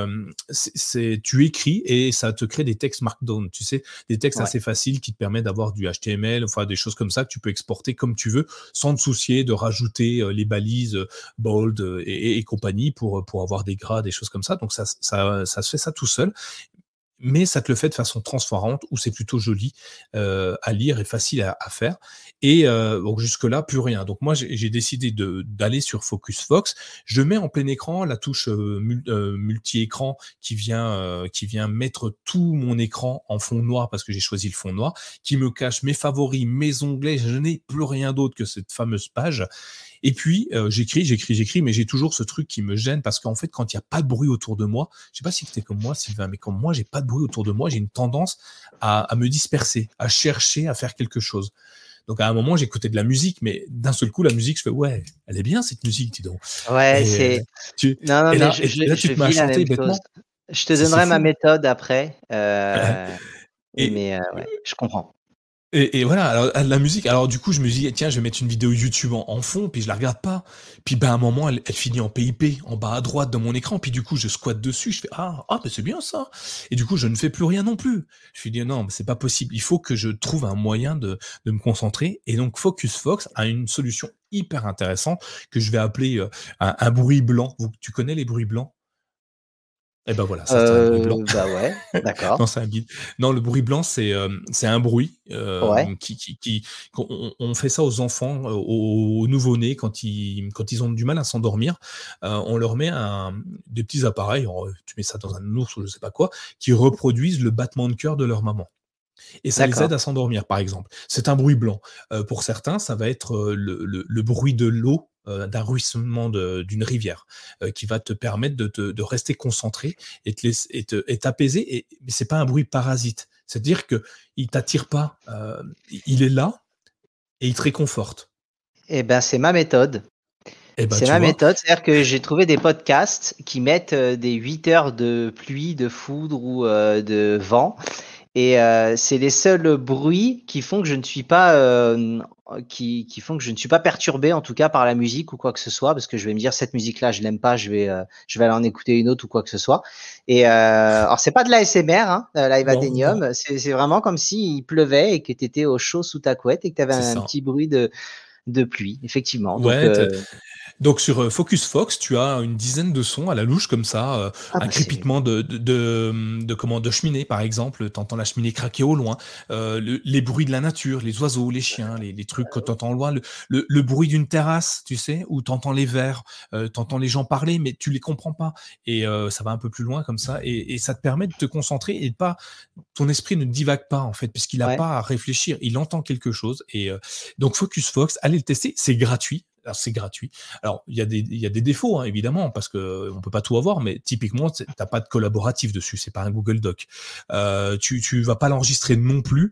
tu écris et ça te crée des textes Markdown, tu sais, des textes Ouais. assez faciles qui te permettent d'avoir du HTML, enfin des choses comme ça que tu peux exporter comme tu veux, sans te soucier de rajouter les balises bold et compagnie pour avoir des gras, des choses comme ça. Donc ça se fait ça tout seul. mais ça te le fait de façon transparente, où c'est plutôt joli à lire et facile à faire. Et donc jusque-là, plus rien. Donc moi, j'ai décidé d'aller sur Focus Fox. Je mets en plein écran la touche multi-écran qui vient mettre tout mon écran en fond noir, parce que j'ai choisi le fond noir, qui me cache mes favoris, mes onglets. Je n'ai plus rien d'autre que cette fameuse page. Et puis, j'écris, mais j'ai toujours ce truc qui me gêne, parce qu'en fait, quand il n'y a pas de bruit autour de moi, je sais pas si tu es comme moi, Sylvain, mais comme moi, j'ai pas de bruit autour de moi, j'ai une tendance à me disperser, à chercher à faire quelque chose. Donc, à un moment, j'écoutais de la musique, mais d'un seul coup, la musique, je fais, ouais, elle est bien, cette musique, dis donc. Ouais, Et, non, mais là, tu je te mets à vis la chanter même chose. bêtement. Je te C'est donnerai ma fou. méthode après, Et, mais ouais, je comprends. et voilà, alors, la musique, alors du coup, je me dis, tiens, je vais mettre une vidéo YouTube en fond, puis je la regarde pas. Puis ben, à un moment, elle finit en PIP, en bas à droite de mon écran, puis du coup, je squatte dessus, je fais, mais c'est bien ça. Et du coup, je ne fais plus rien non plus. Je me dis, non, mais c'est pas possible. Il faut que je trouve un moyen de me concentrer. Et donc, Focus Fox a une solution hyper intéressante que je vais appeler un bruit blanc. Tu connais les bruits blancs? Eh ben voilà, ça c'est un bruit blanc. Bah ouais, d'accord. Non, c'est un guide. Non, le bruit blanc, c'est un bruit Ouais, on fait ça aux enfants, aux nouveau-nés quand ils ont du mal à s'endormir. On leur met des petits appareils, tu mets ça dans un ours ou je sais pas quoi, qui reproduisent le battement de cœur de leur maman. Et ça les d'accord. aide à s'endormir, par exemple. C'est un bruit blanc. Pour certains, ça va être le bruit de l'eau, d'un ruissellement d'une rivière, qui va te permettre de rester concentré et t'apaiser. Mais c'est pas un bruit parasite. C'est-à-dire que il t'attire pas. Il est là et il te réconforte. Eh ben, c'est ma méthode. Et ben, C'est tu ma vois. méthode, c'est-à-dire que j'ai trouvé des podcasts qui mettent des 8 heures de pluie, de foudre ou de vent. Et c'est les seuls bruits qui font que je ne suis pas qui font que je ne suis pas perturbé en tout cas par la musique ou quoi que ce soit, parce que je vais me dire cette musique-là je l'aime pas, je vais aller en écouter une autre ou quoi que ce soit. Et alors c'est pas de l'ASMR, hein, Live Non, non, Adenium, c'est vraiment comme s'il pleuvait et que tu étais au chaud sous ta couette et que tu avais c'est un ça. petit bruit de pluie, effectivement. Donc Ouais, donc sur Focus Fox, tu as une dizaine de sons à la louche comme ça, ah un bah c'est crépitement de cheminée par exemple, t'entends la cheminée craquer au loin, les bruits de la nature, les oiseaux, les chiens, les trucs que t'entends au loin, le bruit d'une terrasse, tu sais, où t'entends les vers, t'entends les gens parler, mais tu les comprends pas. Et ça va un peu plus loin comme ça, et ça te permet de te concentrer et de pas, ton esprit ne divague pas en fait, puisqu'il a ouais. pas à réfléchir, il entend quelque chose. Et donc Focus Fox, allez le tester, c'est gratuit. Alors c'est gratuit. Alors il y a des défauts, hein, évidemment, parce que on peut pas tout avoir, mais typiquement t'as pas de collaboratif dessus, c'est pas un Google Doc. Tu vas pas l'enregistrer non plus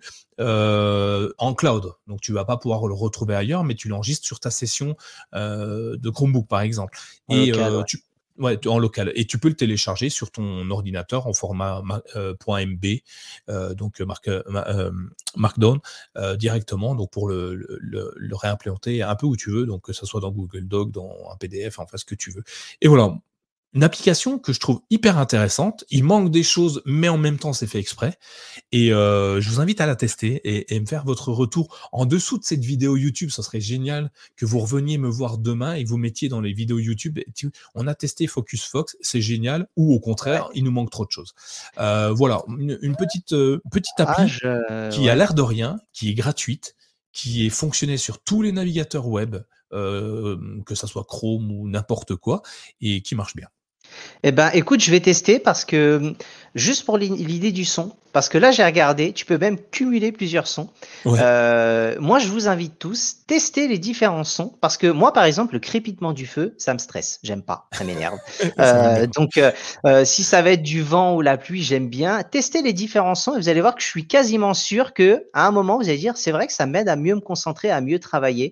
en cloud, donc tu vas pas pouvoir le retrouver ailleurs, mais tu l'enregistres sur ta session de Chromebook par exemple. En Et local, ouais. ouais, en local. Et tu peux le télécharger sur ton ordinateur en format .mb, donc Markdown, directement, donc pour le réimplémenter un peu où tu veux, donc que ce soit dans Google Doc, dans un PDF, enfin ce que tu veux. Et voilà, une application que je trouve hyper intéressante. Il manque des choses, mais en même temps, c'est fait exprès. Et je vous invite à la tester et me faire votre retour en dessous de cette vidéo YouTube. Ça serait génial que vous reveniez me voir demain et que vous mettiez dans les vidéos YouTube. On a testé Focus Fox, c'est génial. Ou au Ouais. contraire, il nous manque trop de choses. Voilà, une petite Ah appli je qui a ouais. l'air de rien, qui est gratuite, qui est fonctionnelle sur tous les navigateurs web, que ça soit Chrome ou n'importe quoi, et qui marche bien. Eh ben, écoute, je vais tester parce que juste pour l'idée du son, parce que là j'ai regardé, tu peux même cumuler plusieurs sons. Ouais. Moi, je vous invite tous tester les différents sons parce que moi, par exemple, le crépitement du feu, ça me stresse, j'aime pas, ça m'énerve. Ça m'énerve. Si ça va être du vent ou la pluie, j'aime bien. Testez les différents sons et vous allez voir que je suis quasiment sûr que à un moment vous allez dire c'est vrai que ça m'aide à mieux me concentrer, à mieux travailler.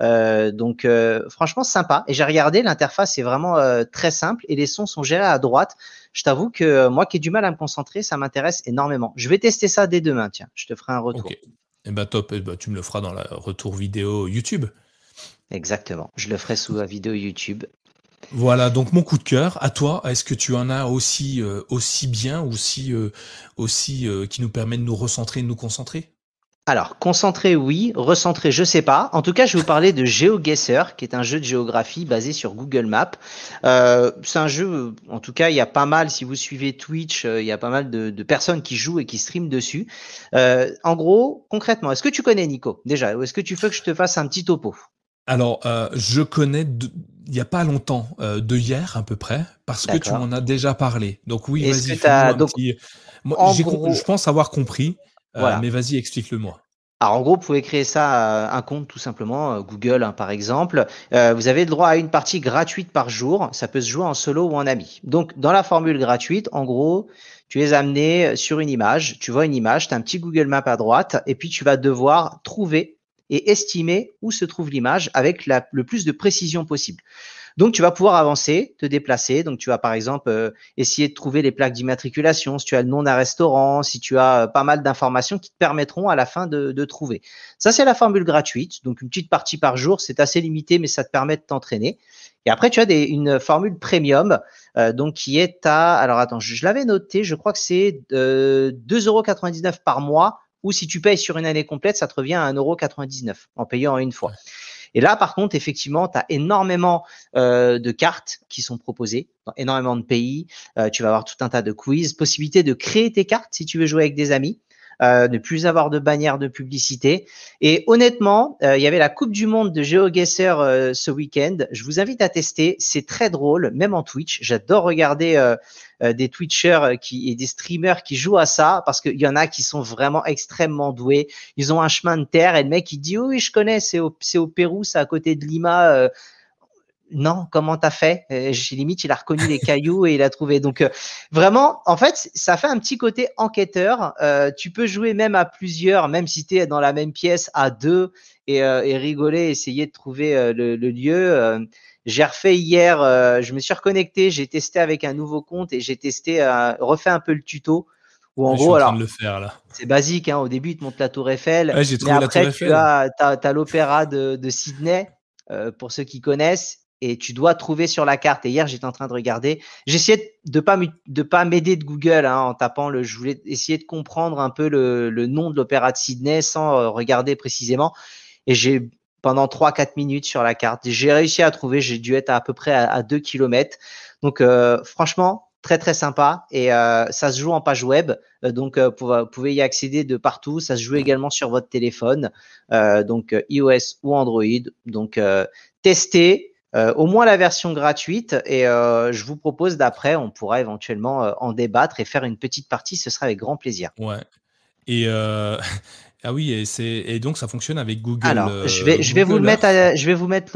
Franchement sympa. Et j'ai regardé, l'interface est vraiment très simple et les sons sont gérés à droite. Je t'avoue que moi qui ai du mal à me concentrer, ça m'intéresse énormément. Je vais tester ça dès demain, tiens, je te ferai un Ok. retour. Eh ben top. Eh ben, tu me le feras dans la retour vidéo YouTube. Exactement, je le ferai sous la vidéo YouTube. Voilà, donc mon coup de cœur. À toi, est-ce que tu en as aussi bien, aussi qui nous permet de nous recentrer, de nous concentrer? Alors, concentré, oui. Recentré, je sais pas. En tout cas, je vais vous parler de GeoGuessr, qui est un jeu de géographie basé sur Google Maps. C'est un jeu, en tout cas, il y a pas mal, si vous suivez Twitch, il y a pas mal de personnes qui jouent et qui streament dessus. En gros, concrètement, est-ce que tu connais Nico, déjà, ou est-ce que tu veux que je te fasse un petit topo? Alors, je connais il n'y a pas longtemps, de hier à peu près, parce que tu D'accord. m'en as déjà parlé. Donc oui, Est-ce que vas-y, tu as... fais-moi un Donc, petit. Moi, en je gros, pense avoir compris, voilà. mais vas-y, explique-le-moi. Alors en gros, vous pouvez créer ça, un compte tout simplement, Google hein, par exemple. Vous avez le droit à une partie gratuite par jour. Ça peut se jouer en solo ou en ami. Donc dans la formule gratuite, en gros, tu es amené sur une image. Tu vois une image, tu as un petit Google Map à droite, et puis tu vas devoir trouver et estimer où se trouve l'image avec le plus de précision possible. Donc, tu vas pouvoir avancer, te déplacer. Donc, tu vas par exemple essayer de trouver les plaques d'immatriculation, si tu as le nom d'un restaurant, si tu as pas mal d'informations qui te permettront à la fin de trouver. Ça, c'est la formule gratuite. Donc, une petite partie par jour, c'est assez limité, mais ça te permet de t'entraîner. Et après, tu as une formule premium, donc qui est à, alors attends, je l'avais noté, je crois que c'est 2,99 € par mois, ou si tu payes sur une année complète, ça te revient à 1,99 € en payant en une fois. Et là, par contre, effectivement, tu as énormément de cartes qui sont proposées dans énormément de pays. Tu vas avoir tout un tas de quiz, possibilité de créer tes cartes si tu veux jouer avec des amis. Ne plus avoir de bannière de publicité. Et honnêtement, il y avait la Coupe du Monde de GeoGuessr ce week-end. Je vous invite à tester. C'est très drôle, même en Twitch. J'adore regarder des Twitchers et des streamers qui jouent à ça parce qu'il y en a qui sont vraiment extrêmement doués. Ils ont un chemin de terre et le mec il dit oui, je connais, c'est au Pérou, c'est à côté de Lima. Non, comment t'as fait? Limite, il a reconnu les cailloux et il a trouvé. Donc, vraiment, en fait, ça fait un petit côté enquêteur. Tu peux jouer même à plusieurs, même si tu es dans la même pièce à deux et rigoler, essayer de trouver le lieu. J'ai refait hier, je me suis reconnecté, j'ai testé avec un nouveau compte et j'ai testé, refait un peu le tuto. Où en Ouais, je suis gros, en train de alors, le faire là. c'est basique, hein, au début, il te montre la tour Eiffel, Ouais, j'ai mais trouvé la tour après, tu Eiffel. as l'opéra de Sydney, pour ceux qui connaissent, et tu dois trouver sur la carte. Et hier, j'étais en train de regarder. J'essayais de pas m'aider de Google hein, en tapant je voulais essayer de comprendre un peu le nom de l'opéra de Sydney sans regarder précisément. Et j'ai pendant 3-4 minutes sur la carte, j'ai réussi à trouver. J'ai dû être à peu près à 2 kilomètres. Donc franchement, très très sympa. Et ça se joue en page web. Donc vous pouvez y accéder de partout. Ça se joue également sur votre téléphone, donc iOS ou Android. Donc testez au moins la version gratuite et je vous propose d'après, on pourra éventuellement en débattre et faire une petite partie. Ce sera avec grand plaisir. Ouais. Et ah oui, et donc ça fonctionne avec Alors, je vais vous le Google mettre, Earth. je vais vous mettre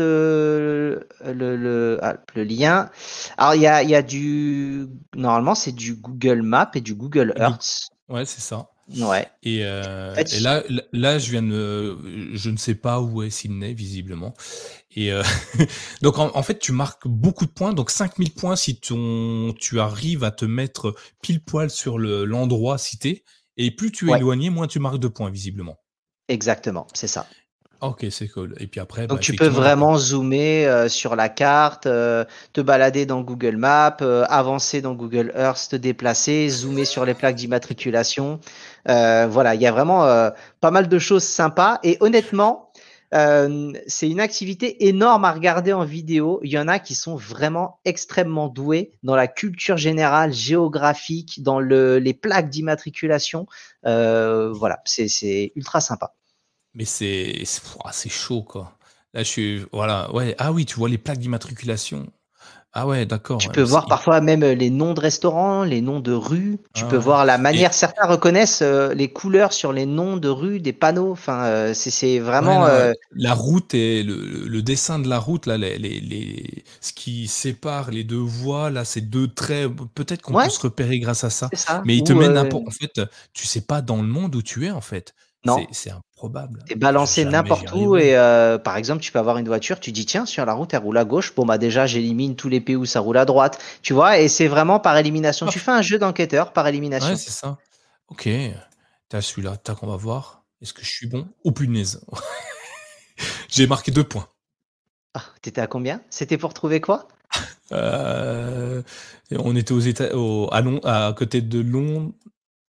le lien. Alors, il y a normalement, c'est du Google Maps et du Google Goo- Earth. Ouais, c'est ça. Ouais. En fait, Et là, je ne sais pas où est Sydney, visiblement. Et donc, en fait, tu marques beaucoup de points. Donc, 5000 points si tu arrives à te mettre pile poil sur l'endroit cité. Et plus tu es ouais, éloigné, moins tu marques de points, visiblement. exactement, c'est ça. Ok, c'est cool. Et puis après, Donc bah, tu peux effectivement, vraiment zoomer sur la carte, te balader dans Google Maps, avancer dans Google Earth, te déplacer, zoomer sur les plaques d'immatriculation. Voilà, il y a vraiment pas mal de choses sympas. Et honnêtement, c'est une activité énorme à regarder en vidéo. Il y en a qui sont vraiment extrêmement doués dans la culture générale, géographique, dans les plaques d'immatriculation. Voilà, c'est ultra sympa. mais c'est chaud, quoi. Là, voilà, ouais. Ah oui, tu vois les plaques d'immatriculation. Ah ouais, d'accord. Tu Ouais, peux voir parfois même les noms de restaurants, les noms de rues. Tu peux ah ouais. voir la Et manière. Certains reconnaissent les couleurs sur les noms de rues, des panneaux. Enfin, c'est ouais, vraiment. non, la route et le dessin de la route, là, ce qui sépare les deux voies, là, ces deux traits, peut-être qu'on peut Ouais, se repérer grâce à ça. c'est ça. Mais il te Ou met n'importe. En fait, tu sais pas dans le monde où tu es, en fait. non, C'est improbable. t'es balancé Jamais j'y n'importe où arriverai. et par exemple, tu peux avoir une voiture. Tu dis tiens, sur la route, elle roule à gauche. Bon bah déjà, j'élimine tous les pays où ça roule à droite. Tu vois, et c'est vraiment par élimination. Tu Hop. fais un jeu d'enquêteur par Ouais, élimination. c'est ça. Ok. T'as celui-là. Tac, on va voir. Est-ce que je suis bon? Oh punaise. J'ai marqué 2 points. Ah, t'étais à combien? C'était pour trouver quoi? On était aux États, à côté de Londres.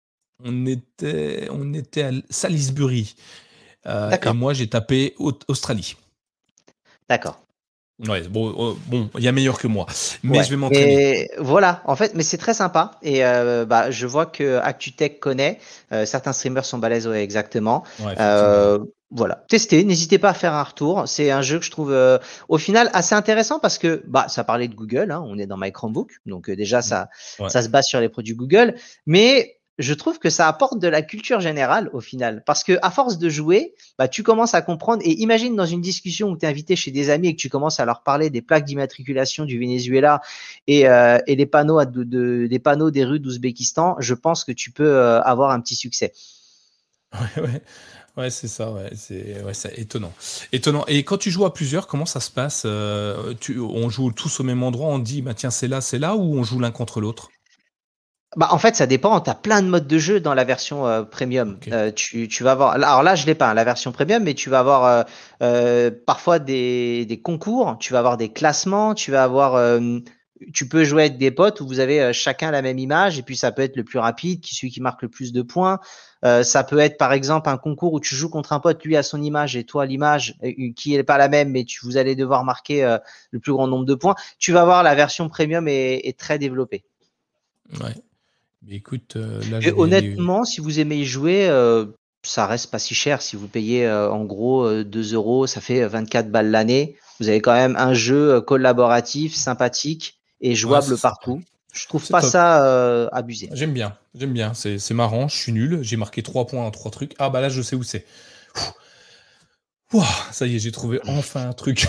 on était à Salisbury. Et D'accord, moi, j'ai tapé Australie. d'accord. Ouais, bon, il y a meilleur que moi, mais Ouais, je vais m'entraîner. mais voilà, en fait, mais c'est très sympa et bah, je vois que ActuTech connaît, certains streamers sont balèzes, ouais, exactement. Ouais, effectivement. Voilà, testez, n'hésitez pas à faire un retour. C'est un jeu que je trouve au final assez intéressant parce que bah ça parlait de Google, hein, on est dans My Chromebook, donc déjà Mmh. ça Ouais. ça se base sur les produits Google, mais je trouve que ça apporte de la culture générale au final parce que à force de jouer, bah, tu commences à comprendre et imagine dans une discussion où tu es invité chez des amis et que tu commences à leur parler des plaques d'immatriculation du Venezuela et les panneaux, des panneaux des rues d'Ouzbékistan, je pense que tu peux avoir un petit succès. Ouais, ouais. Ouais, c'est ça, ouais, c'est étonnant. Étonnant. Et quand tu joues à plusieurs, comment ça se passe? On joue tous au même endroit, on dit, bah tiens, c'est là, ou on joue l'un contre l'autre? Bah, en fait, ça dépend. Tu as plein de modes de jeu dans la version premium. Ok. Tu vas avoir. Alors là, je l'ai pas, hein, la version premium, mais tu vas avoir parfois des concours, tu vas avoir des classements, tu vas avoir. Tu peux jouer avec des potes où vous avez chacun la même image, et puis ça peut être le plus rapide, celui qui marque le plus de points. Ça peut être par exemple un concours où tu joues contre un pote, lui a son image et toi l'image qui n'est pas la même, mais vous allez devoir marquer le plus grand nombre de points. Tu vas voir, la version premium est très développée. Ouais. Mais écoute, là, Et je vais. honnêtement, si vous aimez y jouer, ça reste pas si cher. Si vous payez en gros 2 euros, ça fait 24 balles l'année. Vous avez quand même un jeu collaboratif, sympathique et Ouais, c'est jouable sympa. partout. Je trouve C'est pas top. ça abusé. J'aime bien. J'aime bien. C'est marrant. Je suis nul. J'ai marqué 3 points en 3 trucs. Ah, bah là, je sais où c'est. Ouah, ça y est, j'ai trouvé enfin un truc.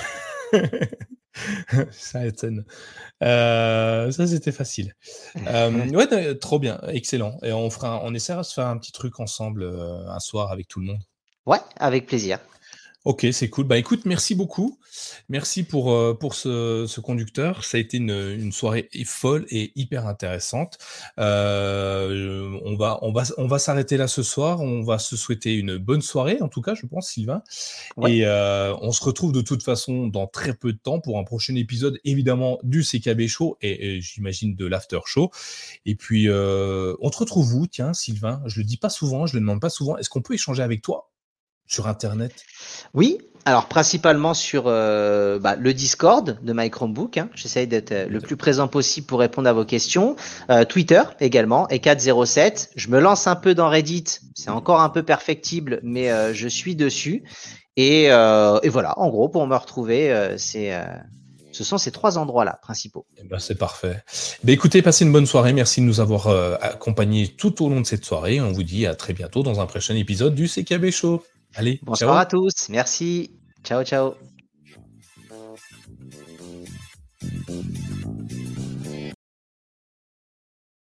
Ça étonne. Ça, c'était facile. Ouais, trop bien, excellent. Et on essaiera de se faire un petit truc ensemble un soir avec tout le monde. Ouais, avec plaisir. Ok, c'est cool. Bah écoute, merci beaucoup. Merci pour ce conducteur. Ça a été une soirée folle et hyper intéressante. On va s'arrêter là ce soir. On va se souhaiter une bonne soirée, en tout cas, je pense, Sylvain. Ouais. Et on se retrouve de toute façon dans très peu de temps pour un prochain épisode, évidemment, du CKB Show et j'imagine de l'After Show. Et puis, on te retrouve où, tiens, Sylvain? Je le dis pas souvent, je le demande pas souvent. Est-ce qu'on peut échanger avec toi sur Internet? Oui, alors principalement sur bah, le Discord de My Chromebook, hein. J'essaye d'être le plus présent possible pour répondre à vos questions. Twitter également, et 407. Je me lance un peu dans Reddit, c'est encore un peu perfectible, mais je suis dessus. Et voilà, en gros, pour me retrouver, ce sont ces 3 endroits-là principaux. Eh ben, c'est parfait. Ben, écoutez, passez une bonne soirée. Merci de nous avoir accompagnés tout au long de cette soirée. On vous dit à très bientôt dans un prochain épisode du CKB Show. Allez, Bonsoir à ciao! tous, merci, ciao ciao.